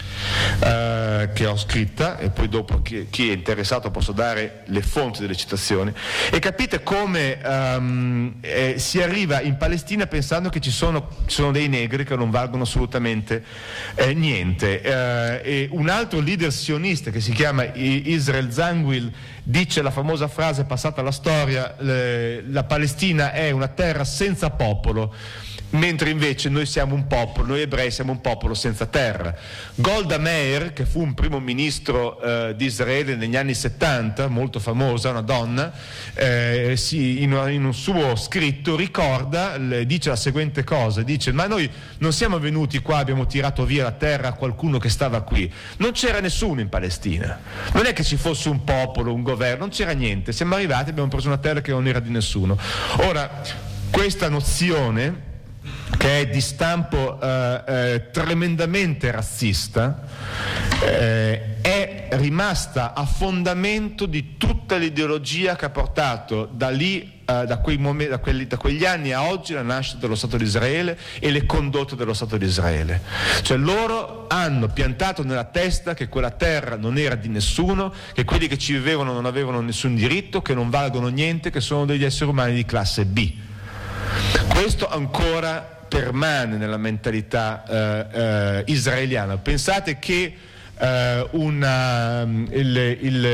eh, che ho scritta, e poi dopo chi, chi è interessato posso dare le fonti delle citazioni, e capite come um, eh, si arriva in Palestina pensando che ci sono, ci sono dei negri che non valgono assolutamente eh, niente. Eh, e un altro leader sionista che si chiama Israel Zangwill dice la famosa frase passata alla storia: la Palestina è una terra senza popolo, mentre invece noi siamo un popolo, noi ebrei siamo un popolo senza terra. Golda Meir, che fu un primo ministro eh, di Israele negli anni settanta, molto famosa, una donna, eh, si, in, in un suo scritto ricorda, le, dice la seguente cosa, dice: ma noi non siamo venuti qua, abbiamo tirato via la terra a qualcuno che stava qui, non c'era nessuno in Palestina, non è che ci fosse un popolo, un governo, non c'era niente, siamo arrivati, abbiamo preso una terra che non era di nessuno. Ora, questa nozione, che è di stampo eh, eh, tremendamente razzista, eh, è rimasta a fondamento di tutta l'ideologia che ha portato da lì, eh, da, quei momenti, da, quelli, da quegli anni a oggi, la nascita dello Stato di Israele e le condotte dello Stato di Israele. Cioè loro hanno piantato nella testa che quella terra non era di nessuno, che quelli che ci vivevano non avevano nessun diritto, che non valgono niente, che sono degli esseri umani di classe B. Questo ancora permane nella mentalità eh, eh, israeliana. Pensate che eh, una, il, il,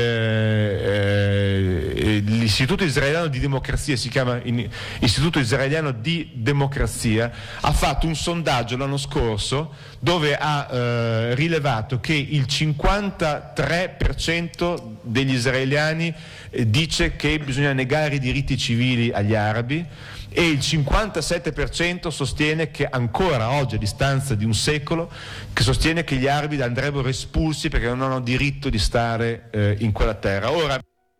eh, l'istituto israeliano di democrazia, si chiama Istituto Israeliano di Democrazia, ha fatto un sondaggio l'anno scorso dove ha eh, rilevato che il cinquantatré per cento degli israeliani eh, dice che bisogna negare i diritti civili agli arabi, e il cinquantasette per cento sostiene che ancora oggi, a distanza di un secolo, che sostiene che gli arabi andrebbero espulsi perché non hanno diritto di stare eh, in quella terra. Ora,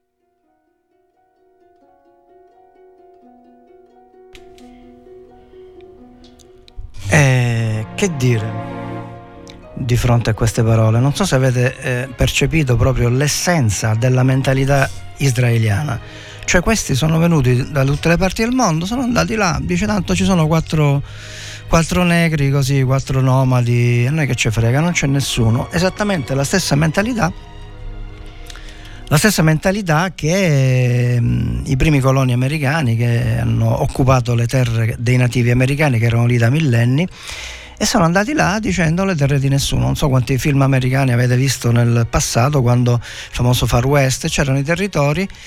eh, che dire di fronte a queste parole? Non so se avete eh, percepito proprio l'essenza della mentalità israeliana. Cioè, questi sono venuti da tutte le parti del mondo, sono andati là, dice tanto ci sono quattro, quattro negri così, quattro nomadi, a noi che ci frega, non c'è nessuno. Esattamente la stessa mentalità, la stessa mentalità che mh, i primi coloni americani che hanno occupato le terre dei nativi americani che erano lì da millenni, e sono andati là dicendo le terre di nessuno. Non so quanti film americani avete visto nel passato, quando il famoso Far West, c'erano i territori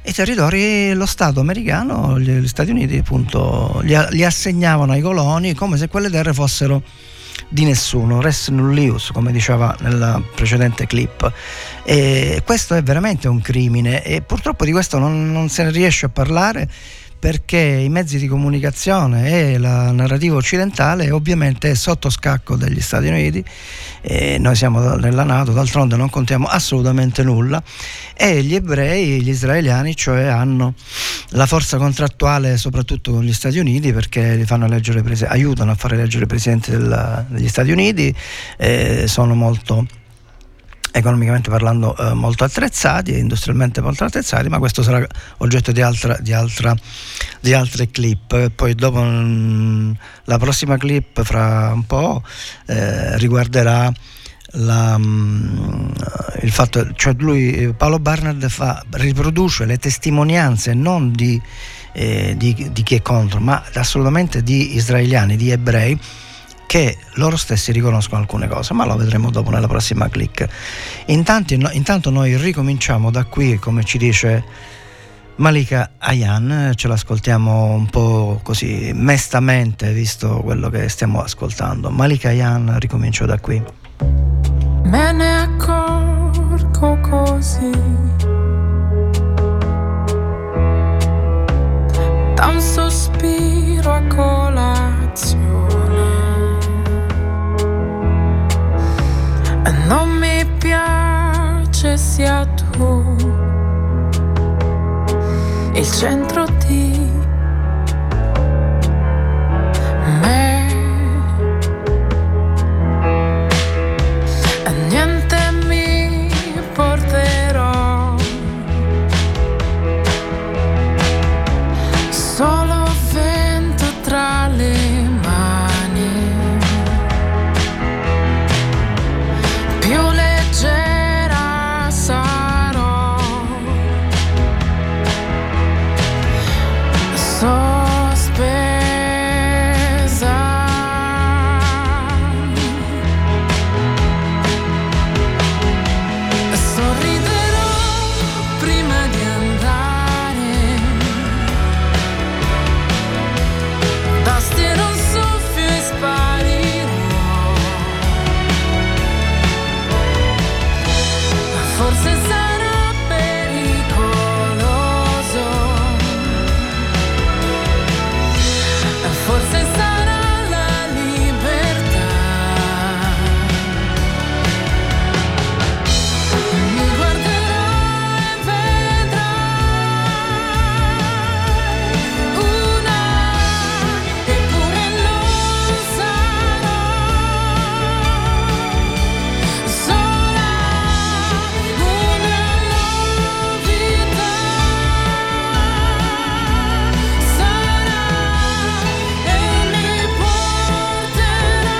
i territori, lo Stato americano, gli, gli Stati Uniti appunto li, li assegnavano ai coloni come se quelle terre fossero di nessuno, res nullius, come diceva nella precedente clip. E questo è veramente un crimine e purtroppo di questo non, non se ne riesce a parlare, perché i mezzi di comunicazione e la narrativa occidentale ovviamente è sotto scacco degli Stati Uniti, e noi siamo nella NATO, d'altronde non contiamo assolutamente nulla, e gli ebrei, gli israeliani cioè, hanno la forza contrattuale soprattutto con gli Stati Uniti, perché li fanno eleggere, aiutano a fare eleggere i presidenti della, degli Stati Uniti, eh, sono molto, economicamente parlando, eh, molto attrezzati e industrialmente molto attrezzati, ma questo sarà oggetto di altra, di altra, di altre clip. Poi dopo mh, la prossima clip fra un po' eh, riguarderà la, mh, il fatto, cioè lui, Paolo Barnard fa, riproduce le testimonianze non di, eh, di, di chi è contro, ma assolutamente di israeliani, di ebrei, che loro stessi riconoscono alcune cose, ma lo vedremo dopo nella prossima click. Intanto, no, intanto noi ricominciamo da qui, come ci dice Malika Ayan, ce l'ascoltiamo un po' così mestamente, visto quello che stiamo ascoltando. Malika Ayan, ricomincio da qui. Me ne accorgo così, da un sospiro a colazione. Non mi piace sia tu il centro di me, e niente mi porterò, solo vento tra le mani, più leggera sarò, sospesa, sorriderò prima di andare, tasterò un soffio e sparirò, forse sarà pericoloso, forse sarà la libertà, mi guarderai e vedrai una, eppure non sarò sola, una novità sarà e mi porterà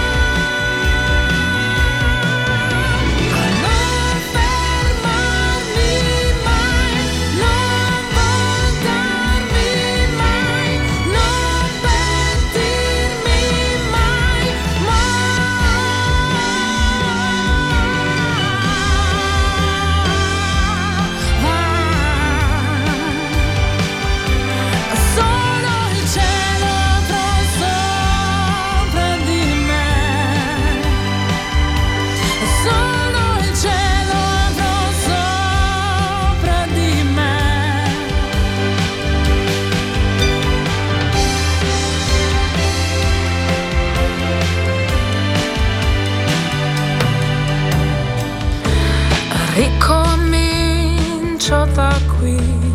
a non fermarmi mai, non voltarmi mai, non pentirmi mai, mai. Solo il cielo avrò sopra di me, solo il cielo avrò sopra di me. Ricomincio da qui,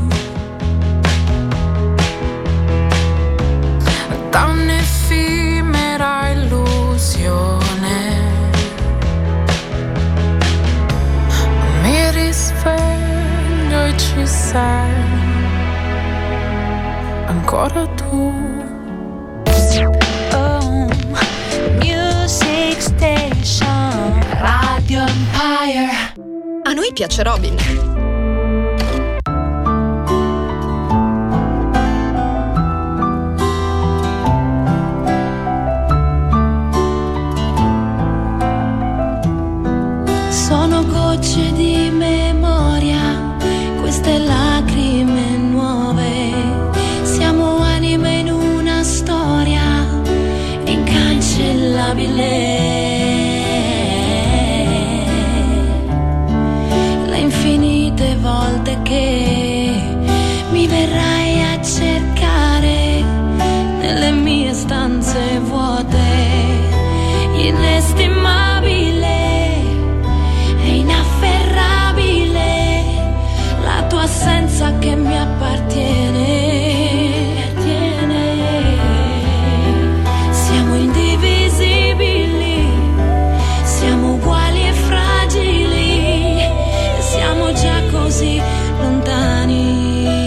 da un'effimera illusione, mi risveglio e ci sei ancora tu. Oh, Music Station Radio Empire. A noi piace Robin. Sono gocce di memoria, queste lacrime inafferrabile, le infinite volte che mi verrai a cercare nelle mie stanze vuote, inestimabile e inafferrabile la tua assenza che mi appartiene. Siamo indivisibili, siamo uguali e fragili, siamo già così lontani.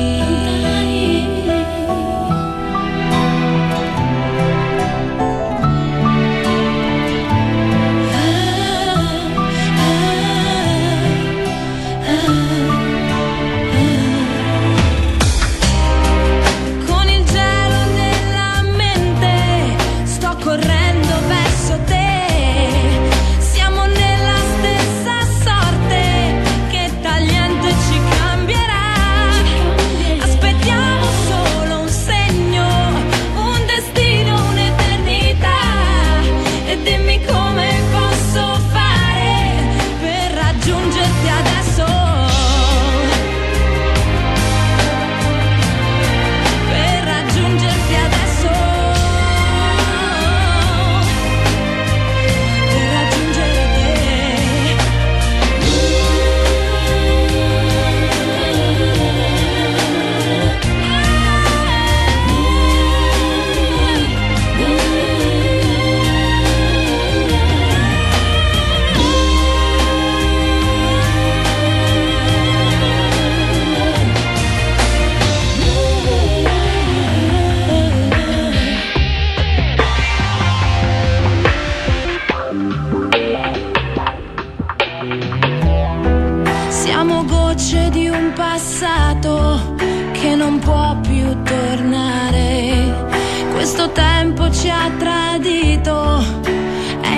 Che non può più tornare, questo tempo ci ha tradito, è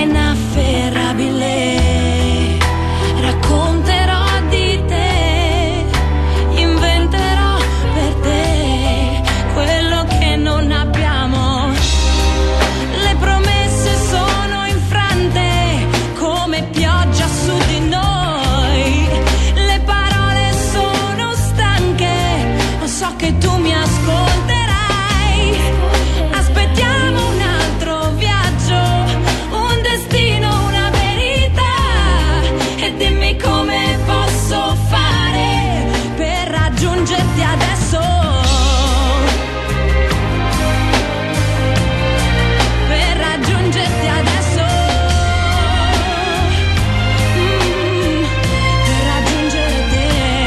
inafferrabile. Racconterò di te, inventerò per te quello che non abbiamo. Le promesse sono infrante come pioggia su di noi, le parole sono stanche, so che tu mi ascolterai. Aspettiamo un altro viaggio, un destino, una verità, e dimmi come posso fare per raggiungerti adesso, per raggiungerti adesso, mm, per raggiungere te.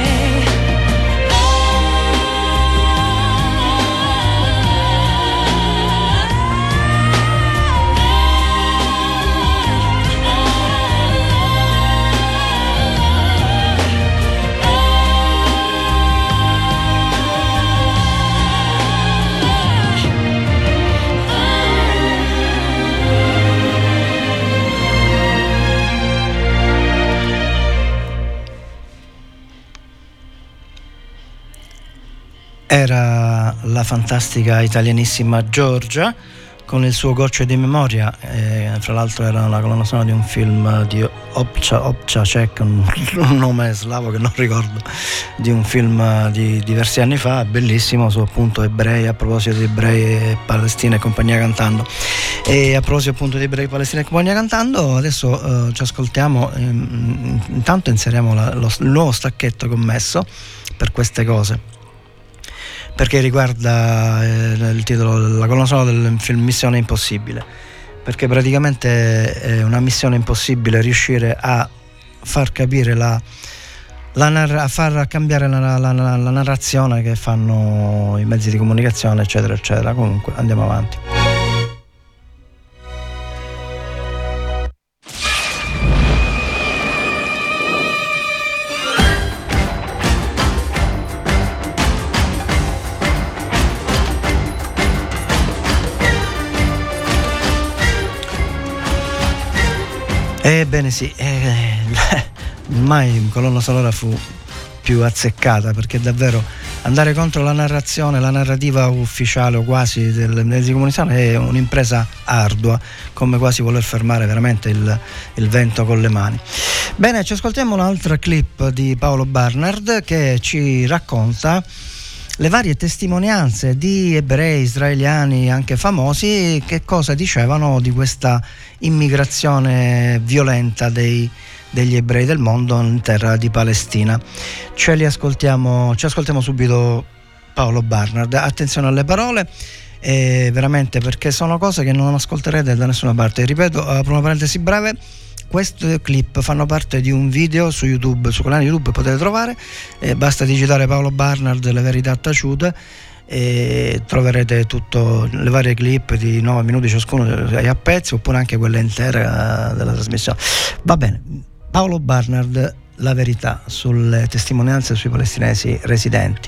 Era la fantastica italianissima Giorgia con il suo Gocce di memoria, eh, fra l'altro era la colonna sonora di un film di Obcha, Občaček, un, un nome slavo che non ricordo, di un film di diversi anni fa, bellissimo, su appunto ebrei, a proposito di ebrei e Palestina e compagnia cantando. E a proposito appunto di ebrei, Palestina e compagnia cantando, adesso eh, ci ascoltiamo, ehm, intanto inseriamo la, lo, il nuovo stacchetto commesso per queste cose, perché riguarda eh, il titolo, la colonna sonora del film Missione Impossibile, perché praticamente è una missione impossibile riuscire a far capire la, la narra- a far cambiare la, la, la, la narrazione che fanno i mezzi di comunicazione, eccetera eccetera. Comunque andiamo avanti. Ebbene sì, eh, mai colonna sonora fu più azzeccata, perché davvero andare contro la narrazione, la narrativa ufficiale o quasi dei mezzi di comunicazione è un'impresa ardua, come quasi voler fermare veramente il, il vento con le mani. Bene, ci ascoltiamo un'altra clip di Paolo Barnard che ci racconta le varie testimonianze di ebrei israeliani anche famosi che cosa dicevano di questa immigrazione violenta dei, degli ebrei del mondo in terra di Palestina. Ce li ascoltiamo, ci ascoltiamo subito Paolo Barnard. Attenzione alle parole, eh, veramente, perché sono cose che non ascolterete da nessuna parte. Ripeto, apro una parentesi breve. Questi clip fanno parte di un video su YouTube, su canale YouTube potete trovare, eh, basta digitare Paolo Barnard, le verità taciute, e troverete tutto, le varie clip di nove minuti ciascuno a pezzi, oppure anche quelle intere della trasmissione. Va bene, Paolo Barnard, la verità sulle testimonianze sui palestinesi residenti.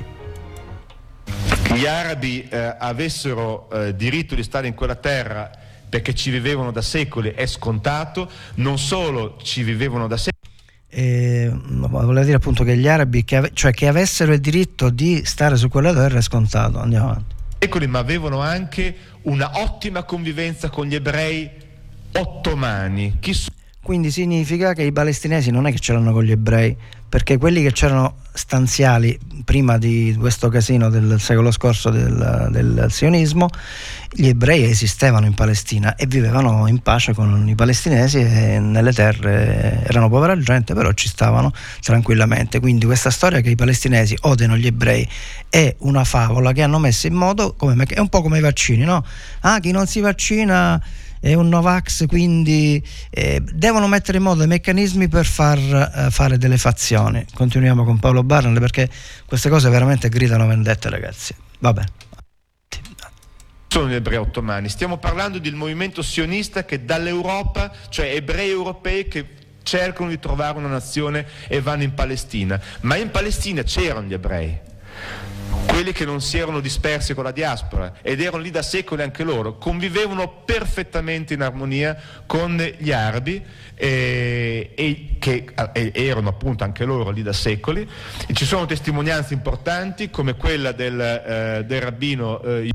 Gli arabi eh, avessero eh, diritto di stare in quella terra perché ci vivevano da secoli è scontato, non solo ci vivevano da secoli. Eh, volevo dire appunto che gli arabi, che ave- cioè che avessero il diritto di stare su quella terra è scontato. Andiamo avanti. Secoli, ma avevano anche una ottima convivenza con gli ebrei ottomani. Chi so- Quindi significa che i palestinesi non è che c'erano con gli ebrei, perché quelli che c'erano stanziali prima di questo casino del secolo scorso del, del sionismo, gli ebrei esistevano in Palestina e vivevano in pace con i palestinesi e nelle terre erano povera gente, però ci stavano tranquillamente. Quindi questa storia che i palestinesi odiano gli ebrei è una favola che hanno messo in modo, come, è un po' come i vaccini, no? Ah, chi non si vaccina è un Novax, quindi eh, devono mettere in modo dei meccanismi per far eh, fare delle fazioni. Continuiamo con Paolo Barnard perché queste cose veramente gridano vendette, ragazzi. Vabbè. Sono gli ebrei ottomani, stiamo parlando del movimento sionista che dall'Europa, cioè ebrei europei che cercano di trovare una nazione e vanno in Palestina, ma in Palestina c'erano gli ebrei, quelli che non si erano dispersi con la diaspora ed erano lì da secoli anche loro, convivevano perfettamente in armonia con gli arabi eh, e che eh, erano appunto anche loro lì da secoli. E ci sono testimonianze importanti come quella del, eh, del rabbino eh,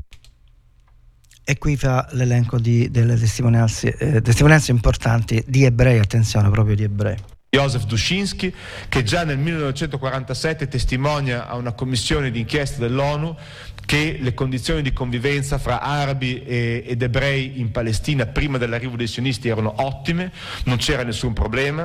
e qui fa l'elenco di, delle testimonianze, eh, testimonianze importanti di ebrei, attenzione, proprio di ebrei. Joseph Dushinsky, che già nel millenovecentoquarantasette testimonia a una commissione d'inchiesta dell'ONU che le condizioni di convivenza fra arabi e, ed ebrei in Palestina prima dell'arrivo dei sionisti erano ottime, non c'era nessun problema.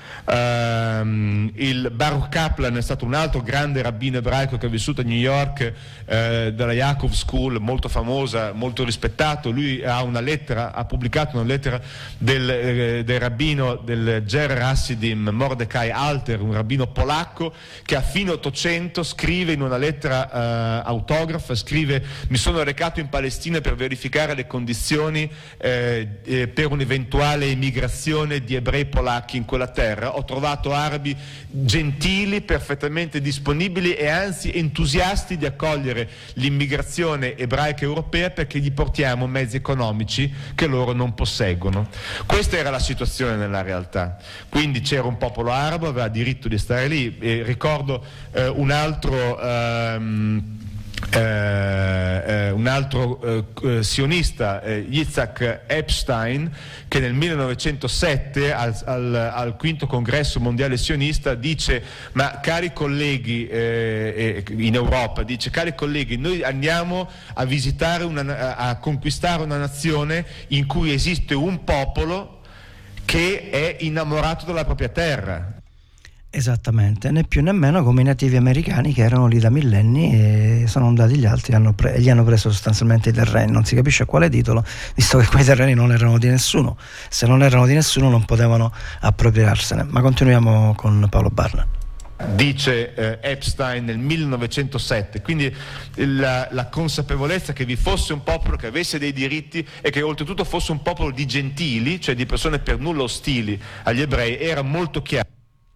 Uh, il Baruch Kaplan è stato un altro grande rabbino ebraico che ha vissuto a New York, uh, dalla Yaakov School, molto famosa, molto rispettato. Lui ha una lettera, ha pubblicato una lettera del, eh, del rabbino del Ger Hasidim Mordecai Alter, un rabbino polacco che a fine Ottocento scrive in una lettera uh, autografa, scrive: mi sono recato in Palestina per verificare le condizioni eh, eh, per un'eventuale emigrazione di ebrei polacchi in quella terra. Ho trovato arabi gentili, perfettamente disponibili e anzi entusiasti di accogliere l'immigrazione ebraica europea perché gli portiamo mezzi economici che loro non posseggono. Questa era la situazione nella realtà. Quindi c'era un popolo arabo, aveva diritto di stare lì. E ricordo eh, un altro ehm, Eh, eh, un altro eh, sionista, eh, Yitzhak Epstein, che nel millenovecentosette al, al, al quinto congresso mondiale sionista dice: ma cari colleghi eh, in Europa, dice cari colleghi, noi andiamo a visitare una, a conquistare una nazione in cui esiste un popolo che è innamorato della propria terra. Esattamente, né più né meno come i nativi americani che erano lì da millenni e sono andati gli altri e hanno pre- gli hanno preso sostanzialmente i terreni, non si capisce a quale titolo, visto che quei terreni non erano di nessuno. Se non erano di nessuno non potevano appropriarsene. Ma continuiamo con Paolo Barnard. Dice eh, Epstein nel millenovecentosette, quindi la, la consapevolezza che vi fosse un popolo che avesse dei diritti e che oltretutto fosse un popolo di gentili, cioè di persone per nulla ostili agli ebrei, era molto chiara.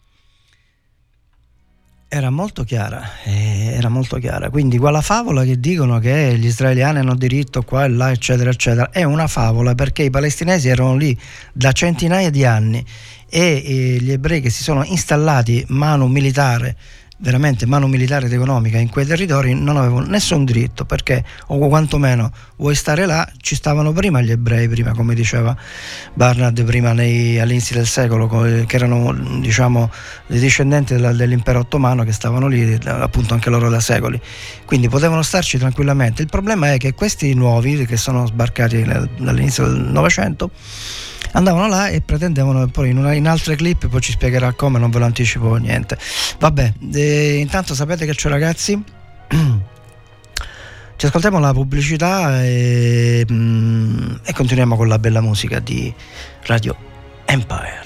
Era molto chiara, eh, era molto chiara. Quindi quella favola che dicono che gli israeliani hanno diritto qua e là, eccetera, eccetera, è una favola, perché i palestinesi erano lì da centinaia di anni e, e gli ebrei che si sono installati mano militare veramente mano militare ed economica in quei territori non avevano nessun diritto, perché, o quantomeno vuoi stare là, ci stavano prima gli ebrei, prima, come diceva Barnard prima, nei, all'inizio del secolo, che erano, diciamo, dei discendenti della, dell'impero ottomano, che stavano lì appunto anche loro da secoli, quindi potevano starci tranquillamente. Il problema è che questi nuovi che sono sbarcati dall'inizio del Novecento andavano là e pretendevano, poi in, una, in altre clip poi ci spiegherà come, non ve lo anticipo niente. Vabbè, eh, intanto sapete che c'è, ragazzi, ci ascoltiamo la pubblicità e, mm, e continuiamo con la bella musica di Radio Empire.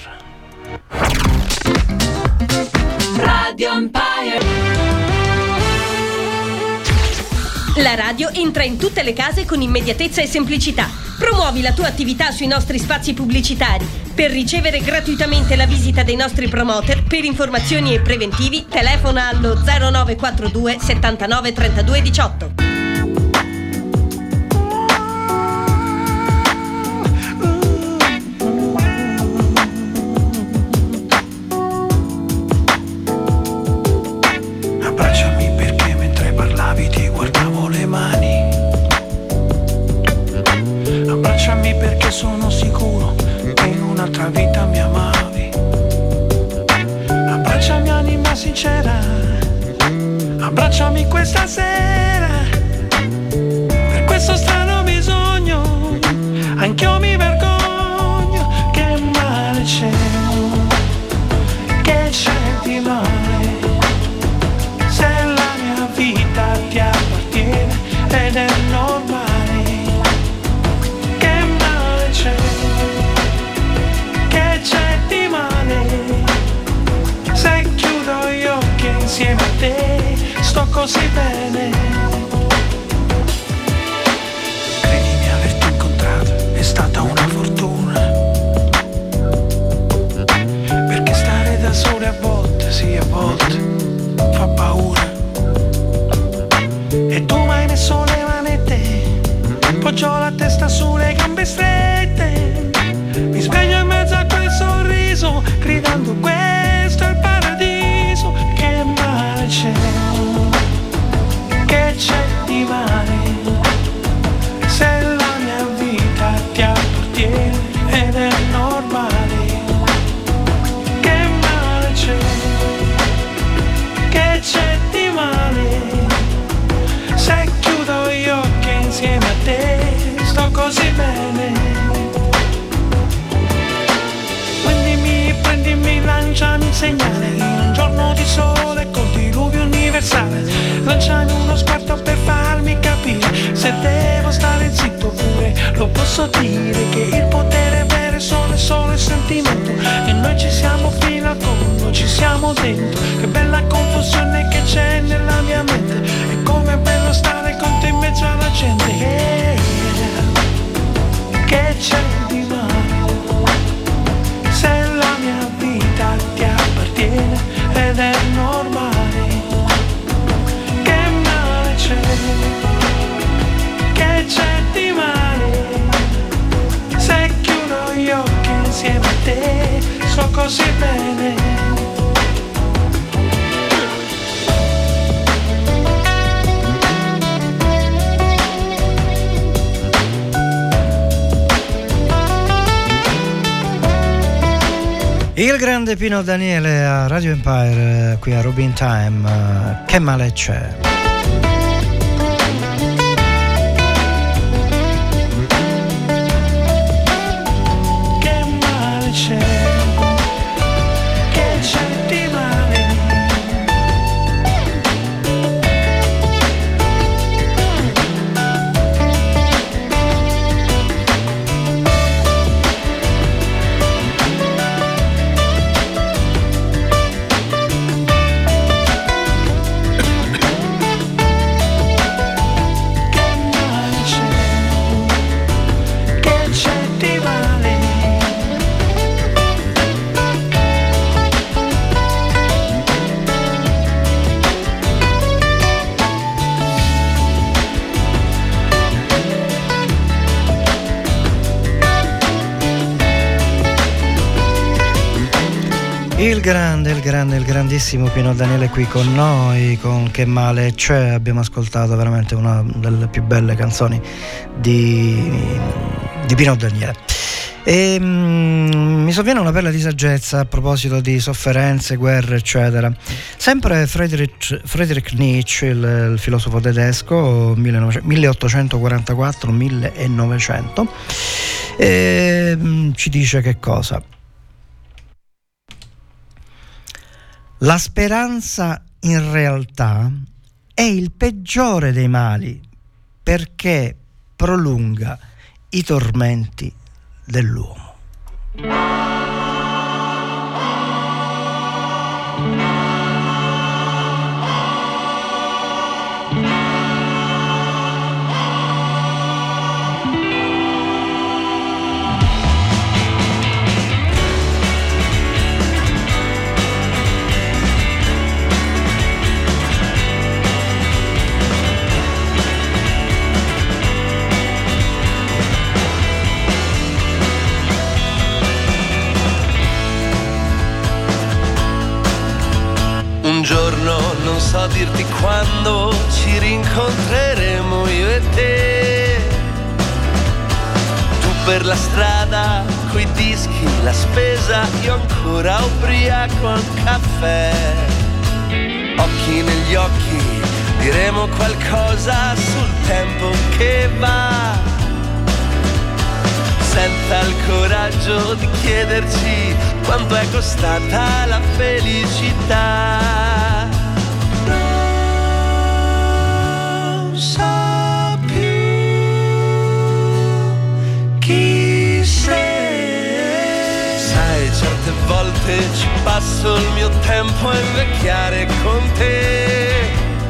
Radio Empire. La radio entra in tutte le case con immediatezza e semplicità. Promuovi la tua attività sui nostri spazi pubblicitari. Per ricevere gratuitamente la visita dei nostri promoter, per informazioni e preventivi, telefona allo zero nove quattro due settantanove trentadue diciotto. Abbracciami perché mentre parlavi ti guardavo le mani. Abbracciami perché sono sicuro che in un'altra vita mi amavi. Abbracciami anima sincera, abbracciami questa sera. Per questo strano bisogno, anch'io mi vergogno. Che male c'è, che c'è di male, se la mia vita ti appartiene ed è normale. Che male c'è, che c'è di male, se chiudo gli occhi insieme a te sto così bene. Credimi, averti incontrato è stata una fortuna, perché stare da sole a volte, sì a volte, fa paura. E tu mai ne sole manette, poggio la testa sulle gambe strette, mi sveglio in mezzo a quel sorriso, gridando questo è il paradiso. Che male c'è, che c'è di male, se la mia vita ti appartiene ed è normale. Che male c'è, che c'è di male, se chiudo gli occhi insieme a te sto così bene. Prendimi, prendimi, lanciami un segnale in un giorno di sole col diluvio universale. Lanciami uno sguardo per farmi capire se devo stare zitto oppure lo posso dire, che il potere vero è solo e solo il sentimento, e noi ci siamo fino al fondo, ci siamo dentro. Che bella confusione che c'è nella mia mente, e com'è bello stare con te in mezzo alla gente. Yeah, che c'è di male, se la mia vita ti appartiene ed è normale. Che male c'è, che c'è di male, se chiudo gli occhi insieme a te so così bene. Il grande Pino Daniele a Radio Empire, qui a Robin Time. Che male c'è. Che male c'è, che c'è di male, che c'è di male, Il grande, il grande, il grandissimo Pino Daniele qui con noi, con Che male c'è. Abbiamo ascoltato veramente una delle più belle canzoni di, di Pino Daniele. E mm, mi sovviene una bella di saggezza a proposito di sofferenze, guerre, eccetera. Sempre Friedrich, Friedrich Nietzsche, il, il filosofo tedesco, milleottocentoquarantaquattro millenovecento, e, mm, ci dice che cosa? La speranza in realtà è il peggiore dei mali perché prolunga i tormenti dell'uomo. Un giorno, non so dirti quando, ci rincontreremo io e te. Tu per la strada, coi dischi, la spesa, io ancora ubriaco al caffè. Occhi negli occhi, diremo qualcosa sul tempo che va, senza il coraggio di chiederci quanto è costata la felicità. Non so più chi sei. Sai, certe volte ci passo il mio tempo a invecchiare con te,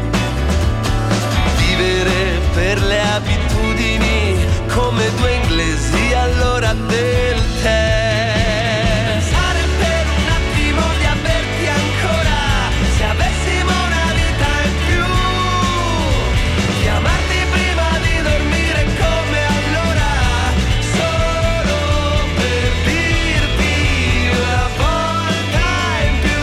vivere per le abitudini come due inglesi all'ora del tè. Pensare per un attimo di averti ancora, se avessimo una vita in più, chiamarti prima di dormire come allora, solo per dirti una volta in più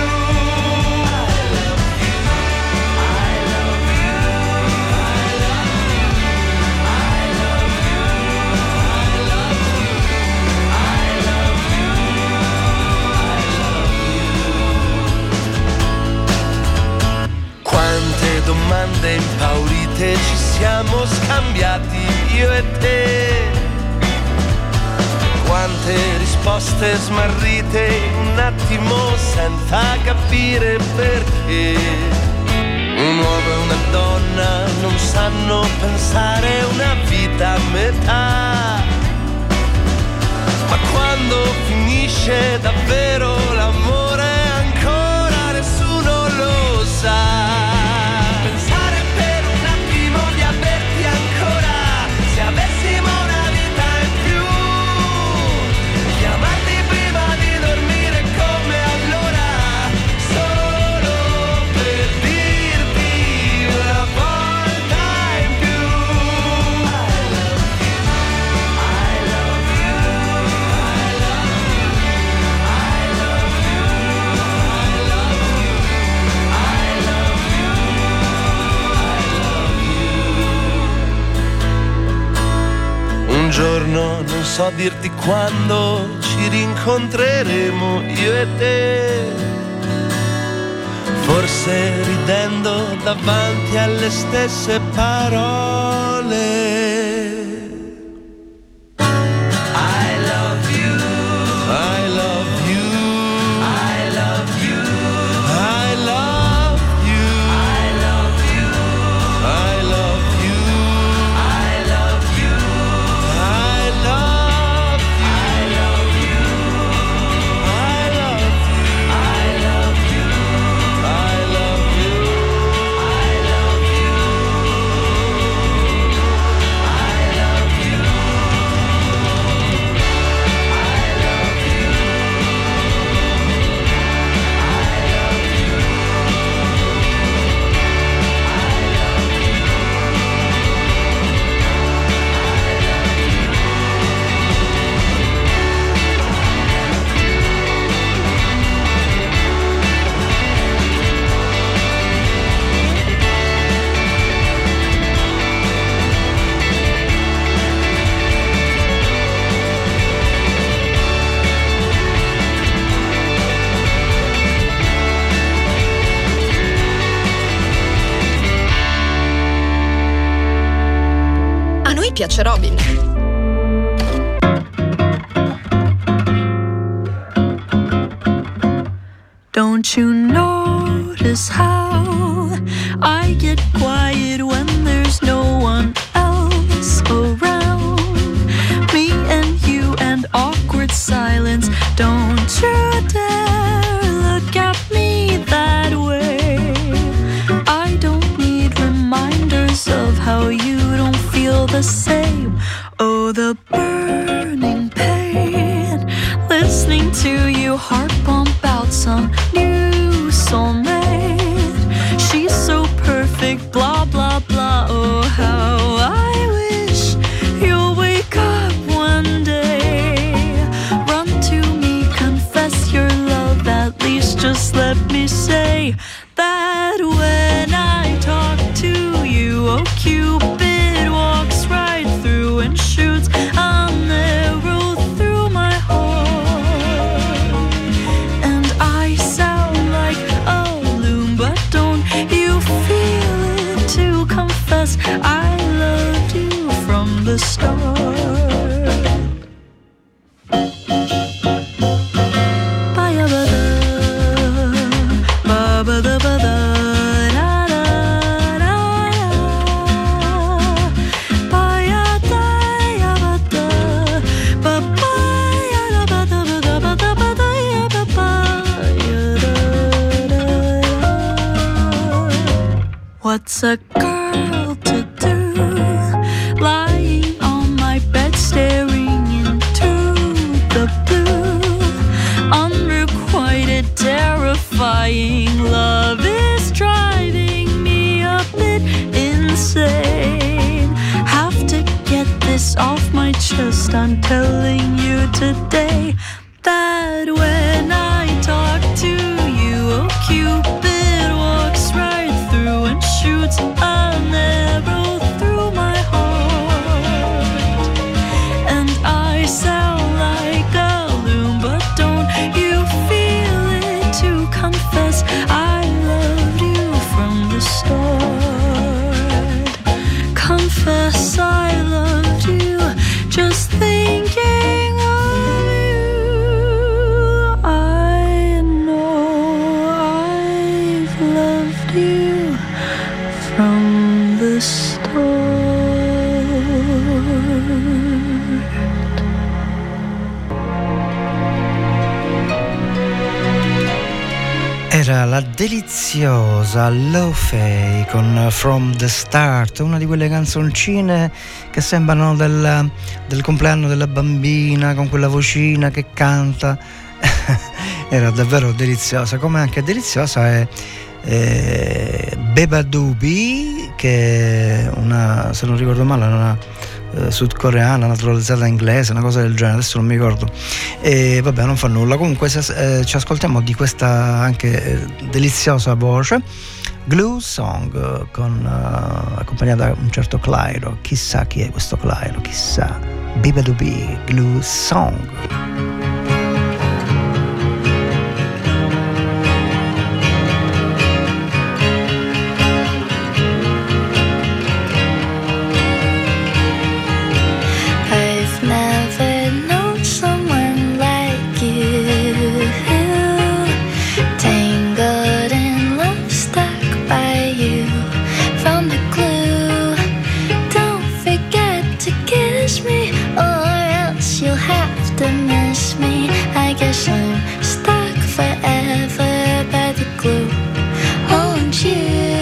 I love you, I love you, I love you, I love you, I love you, I love you. Quante domande impaurite ci siamo scambiati io e te, quante risposte smarrite in un attimo senza capire perché. Un uomo e una donna non sanno pensare una vita a metà, ma quando finisce davvero l'amore ancora nessuno lo sa. Pensare per un attimo di averti ancora, se avessimo una vita in più, chiamarti prima di dormire come allora, solo per dirti una volta in più I love you, I love you, I love you, I love you, I love you, I love you. Un giorno, non so dirti quando, ci rincontreremo io e te, forse ridendo davanti alle stesse parole. I love you, I love you, I love you, I love you, I love you, I love you, I love you, I love you, I love you, I love you, I love you, I love you, I love you, I piace Robin. Don't you notice how I get quiet when there's no one else around? Me and you and awkward silence. Don't you dare look at me that way. I don't need reminders of how you don't feel the same. Oh, the burning pain, listening to you heart pump out some new soulmate. She's so perfect, blah blah blah. Oh, how I wish you'll wake up one day. Run to me, confess your love. At least just let me say that when I talk to you, oh Cupid walks right through and shoots an arrow through my heart. And I sound like a loon, but don't you feel it to confess I loved you from the start. What's a girl to do, lying on my bed staring into the blue? Unrequited, terrifying love is driving me a bit insane. Have to get this off my chest. I'm telling you today that when I talk to you, oh Cupid walks right through and shoots an arrow through my heart. And I sound like a loon, but don't you feel it to confess I loved you from the start. Confess I loved you, just thinking of you. I know I've loved you from the start. Era la deliziosa Lo Fei con From the Start, una di quelle canzoncine che sembrano del, del compleanno della bambina, con quella vocina che canta. Era davvero deliziosa, come anche deliziosa è eh, Bebadoobee, che è una, se non ricordo male, è una eh, sudcoreana naturalizzata inglese, una cosa del genere, adesso non mi ricordo. E vabbè, non fa nulla. Comunque se, eh, ci ascoltiamo di questa anche eh, deliziosa voce, Glue Song, con uh, accompagnata da un certo Clairo. Chissà chi è questo Clairo, chissà. Bebadoobee, Glue Song. I'm stuck forever by the glue. Won't you?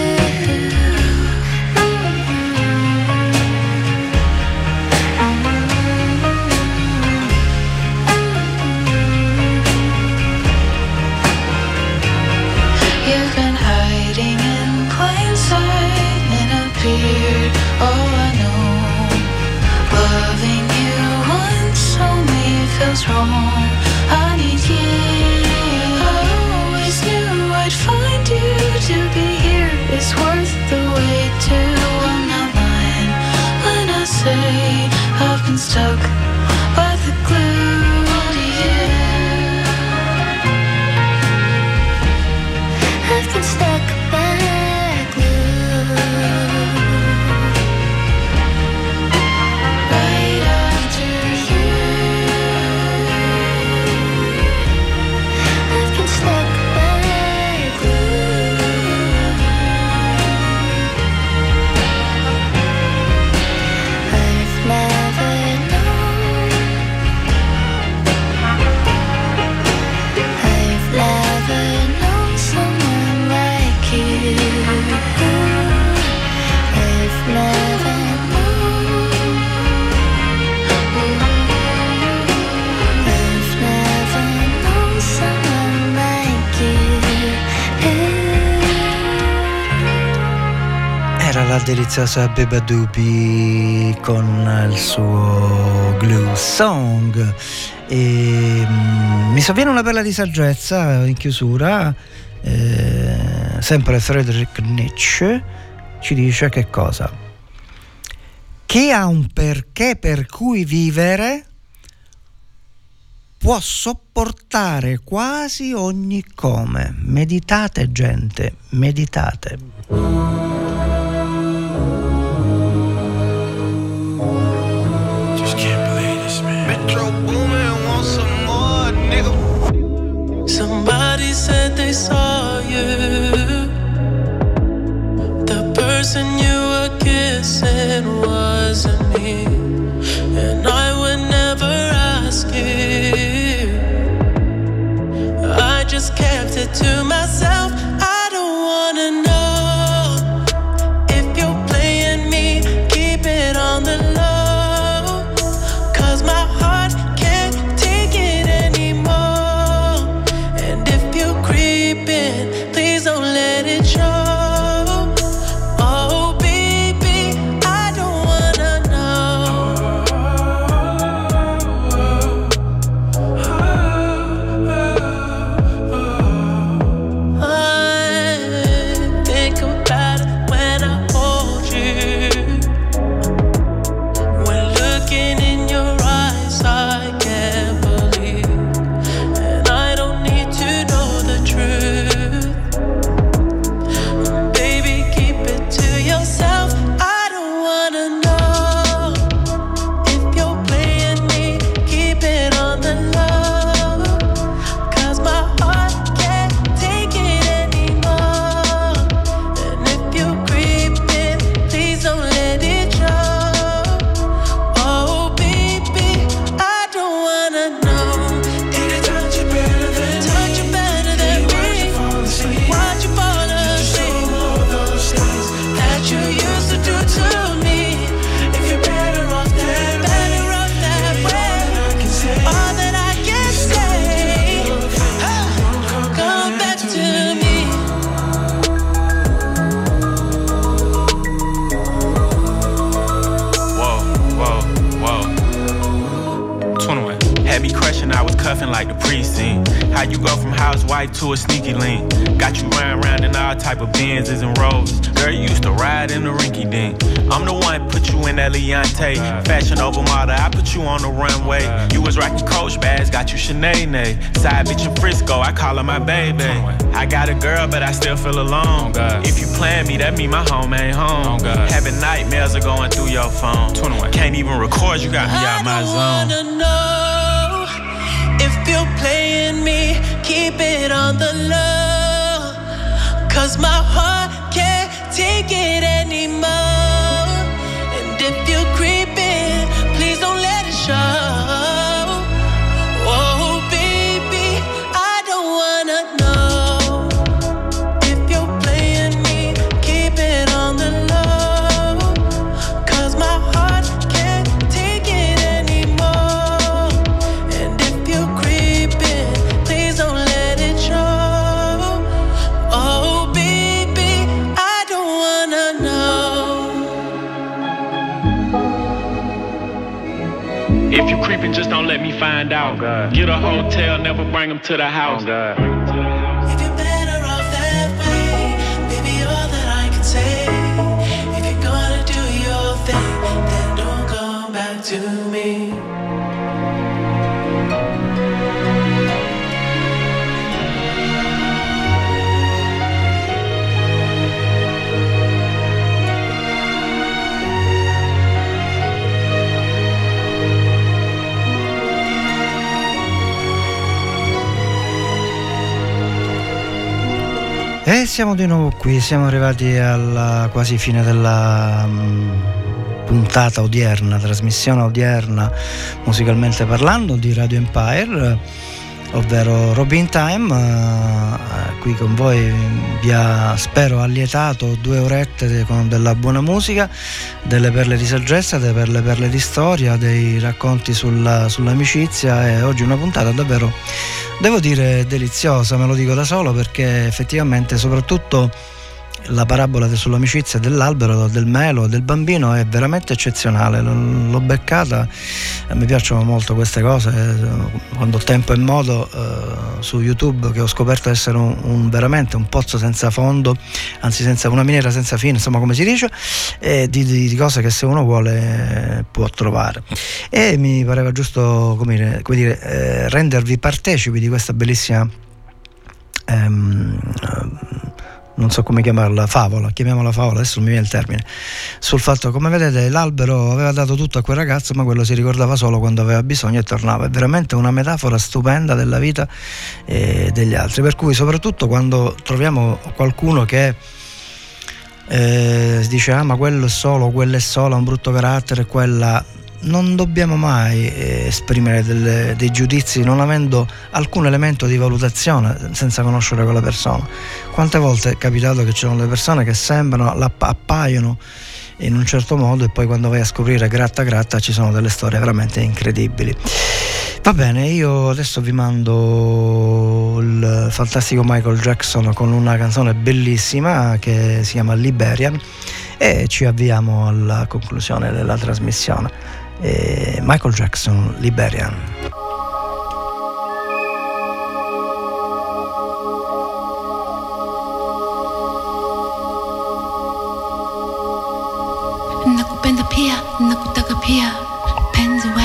You've been hiding in plain sight and appeared. Oh, I know. Loving you once only feels wrong. I need you. I always knew I'd find you. To be here is worth the wait. Too. I'm not lying when I say I've been stuck by the glue to you. I've been stuck by glue. deliziosa Beba Doobie con il suo Glue Song. E, mm, mi sovviene una perla di saggezza in chiusura, eh, sempre Friedrich Nietzsche ci dice che cosa? Chi ha un perché per cui vivere può sopportare quasi ogni come. Meditate, gente, meditate. Somebody said they saw you. The person you were kissing wasn't me, and I would never ask you. I just kept it to myself. I don't wanna know if you're playing me. Keep it on the low, 'cause my heart can't take it anymore. Creeping, please don't let it show. Oh baby, I don't wanna know. I think about it when I hold you. When looking in your eyes, I can't believe. And I don't need to know the truth. Baby, keep it to yourself. I don't wanna know if you're playing me. Keep it on the low, 'cause my heart can't take it anymore. And if you're creeping, please don't let it show. Oh baby, I don't wanna know. Did it touch you better than touch you better than me? Why'd you fall asleep? That you used to do to me. If you're better off that better off that way. All that I can say, ah, come back to me. Whoa, whoa, whoa. twenty-one. Had me crushing, I was cuffing like the precinct. How you go from house white to a sneaky link? Got you riding around in all type of Benzes and Rolls. Girl, you used to ride in the rinky dink. I'm the one put you in that Leontay. Fashion over model, I put you on the runway. You was rocking Coach bags, got you Sinead. Side bitch in Frisco, I call her my baby. I got a girl, but I still feel alone. If you plan me, that mean my home ain't home. Having nightmares are going through your phone. Can't even record, you got me out my zone. I don't wanna know if you're playing me. Keep it on the low, 'cause my heart can't take it anymore. And if you're creeping, please don't let it show. Oh baby, I don't wanna know if you're playing me. Keep it on the low, 'cause my heart can't take it anymore. And if you're creeping, please don't let it show. Oh baby, I don't wanna know. If you creeping, just don't let me find out. Get a hotel, never bring them to the house. If you're better off that way, baby, all that I can say. If you're gonna do your thing, then don't come back to me. E siamo di nuovo qui, siamo arrivati alla quasi fine della um, puntata odierna, trasmissione odierna, musicalmente parlando, di Radio Empire, ovvero Robin Time. Uh, qui con voi vi ha, spero, allietato due orette con della buona musica, delle perle di saggezza, delle perle, perle di storia, dei racconti sulla, sull'amicizia, e oggi una puntata davvero, devo dire, deliziosa, me lo dico da solo, perché effettivamente soprattutto la parabola sull'amicizia dell'albero, del melo, del bambino è veramente eccezionale. L'ho beccata, mi piacciono molto queste cose, quando ho tempo e modo, eh, su YouTube, che ho scoperto essere un, un veramente un pozzo senza fondo, anzi senza una miniera senza fine, insomma, come si dice, eh, di, di, di cose che se uno vuole può trovare. E mi pareva giusto, come dire, come dire eh, rendervi partecipi di questa bellissima ehm, non so come chiamarla, favola, chiamiamola favola, adesso non mi viene il termine, sul fatto, come vedete, l'albero aveva dato tutto a quel ragazzo, ma quello si ricordava solo quando aveva bisogno e tornava. È veramente una metafora stupenda della vita eh, degli altri, per cui soprattutto quando troviamo qualcuno che eh, si dice ah ma quello è solo, quella è sola, ha un brutto carattere, quella... Non dobbiamo mai esprimere delle, dei giudizi non avendo alcun elemento di valutazione, senza conoscere quella persona. Quante volte è capitato che ci sono delle persone che sembrano, appaiono in un certo modo e poi quando vai a scoprire gratta gratta ci sono delle storie veramente incredibili. Va bene, io adesso vi mando il fantastico Michael Jackson con una canzone bellissima che si chiama Liberian e ci avviamo alla conclusione della trasmissione. E Michael Jackson, Liberian. Nakupenda pia, nakutaka pia, penzi we.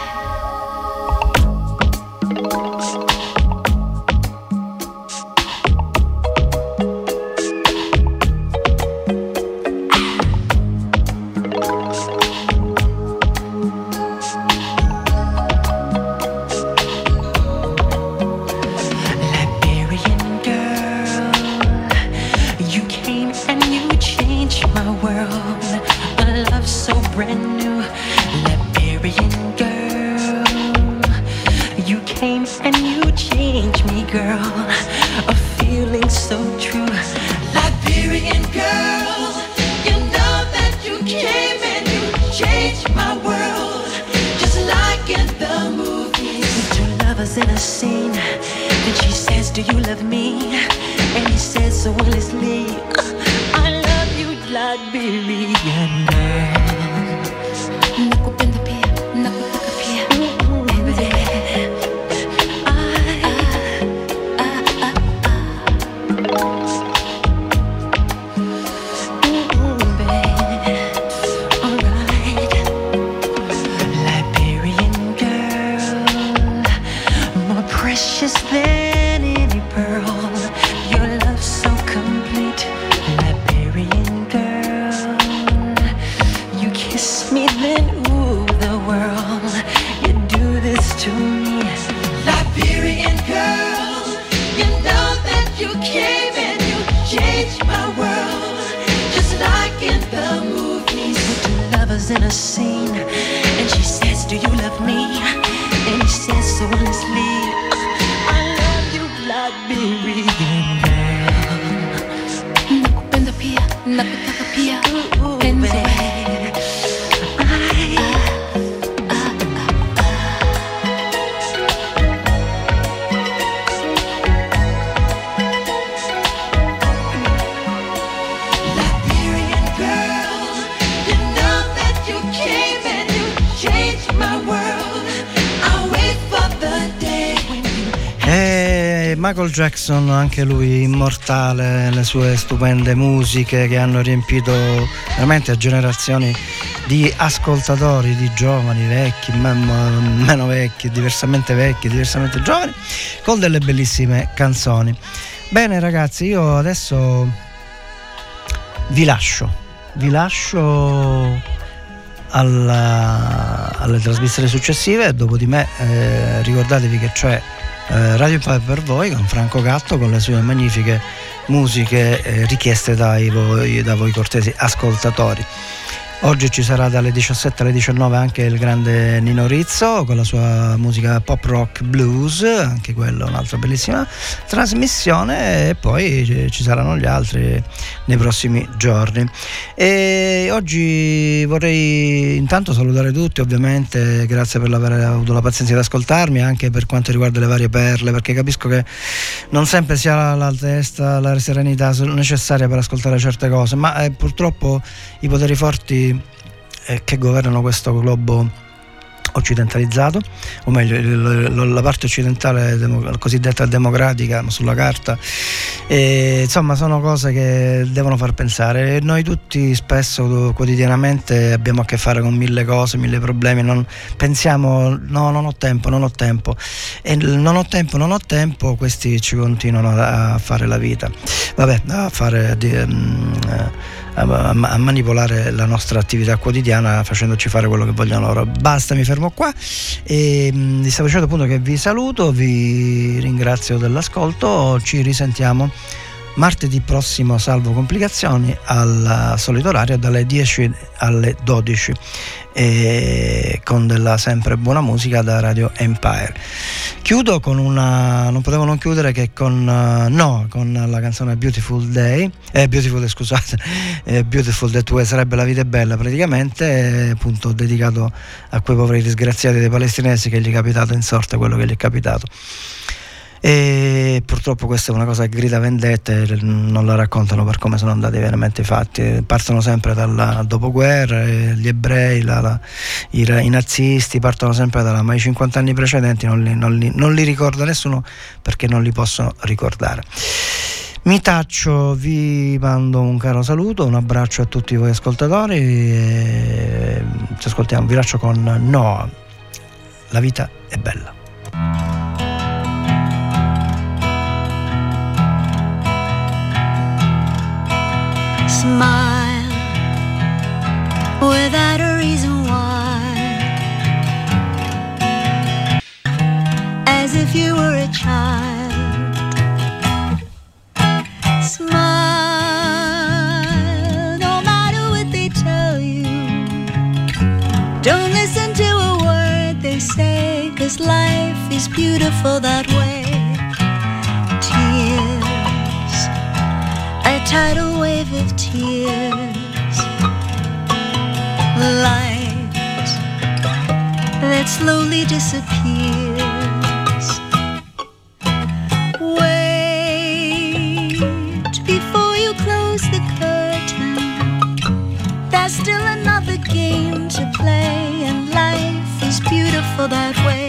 Michael Jackson, anche lui immortale, le sue stupende musiche che hanno riempito veramente generazioni di ascoltatori, di giovani, vecchi, meno vecchi, diversamente vecchi, diversamente giovani, con delle bellissime canzoni. Bene ragazzi, io adesso vi lascio, vi lascio alla, alle trasmissioni successive. Dopo di me eh, ricordatevi che c'è Eh, Radio Empire per voi con Franco Gatto, con le sue magnifiche musiche eh, richieste dai voi, da voi cortesi ascoltatori. Oggi ci sarà dalle diciassette alle diciannove anche il grande Nino Rizzo con la sua musica pop rock blues, anche quella un'altra bellissima trasmissione, e poi ci saranno gli altri nei prossimi giorni. E oggi vorrei intanto salutare tutti, ovviamente, grazie per aver avuto la pazienza di ascoltarmi, anche per quanto riguarda le varie perle, perché capisco che non sempre si ha la testa, la serenità necessaria per ascoltare certe cose, ma eh, purtroppo i poteri forti eh, che governano questo globo occidentalizzato, o meglio la parte occidentale demo, cosiddetta democratica sulla carta, e, insomma sono cose che devono far pensare. Noi tutti spesso quotidianamente abbiamo a che fare con mille cose, mille problemi, non pensiamo no non ho tempo, non ho tempo e non ho tempo, non ho tempo questi ci continuano a fare la vita, vabbè, a fare a, a, a manipolare la nostra attività quotidiana facendoci fare quello che vogliono loro. Basta, mi fermo qua e vi stavo dicendo appunto che vi saluto, vi ringrazio dell'ascolto, ci risentiamo martedì prossimo, salvo complicazioni, al solito orario dalle dieci alle dodici, e con della sempre buona musica da Radio Empire. Chiudo con una, non potevo non chiudere che con uh, no, con la canzone Beautiful Day, eh, Beautiful, scusate, eh, Beautiful That Way, sarebbe la vita è bella praticamente, eh, appunto dedicato a quei poveri disgraziati dei palestinesi che gli è capitato in sorte quello che gli è capitato. E purtroppo questa è una cosa che grida vendetta e non la raccontano per come sono andati veramente i fatti. Partono sempre dal dopoguerra, gli ebrei, la, la, i, i nazisti partono sempre da là, ma i cinquanta anni precedenti non li, non, li, non li ricorda nessuno perché non li possono ricordare. Mi taccio, vi mando un caro saluto, un abbraccio a tutti voi ascoltatori e ci ascoltiamo, vi lascio con Noah, la vita è bella. Smile without a reason why, as if you were a child. Smile no matter what they tell you. Don't listen to a word they say, 'cause life is beautiful that way. Tears, a tidal wave of tears, light that slowly disappears. Wait before you close the curtain, there's still another game to play, and life is beautiful that way.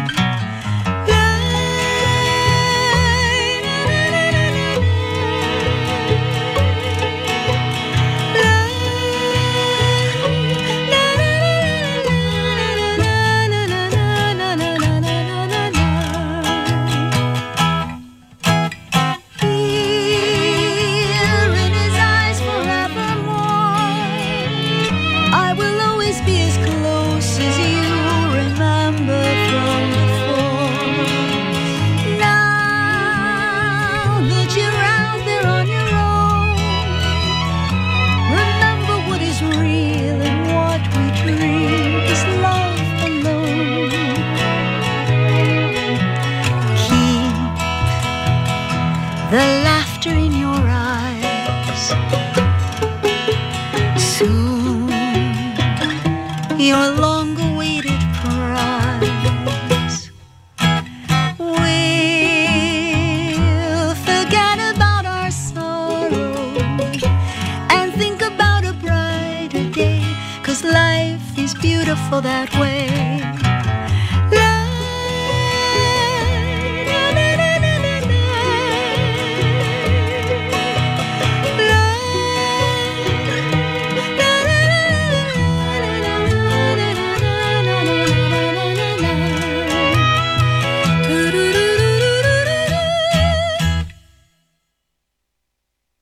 The laughter in your eyes. Soon your long-awaited prize will forget about our sorrow and think about a brighter day, 'cause life is beautiful that way.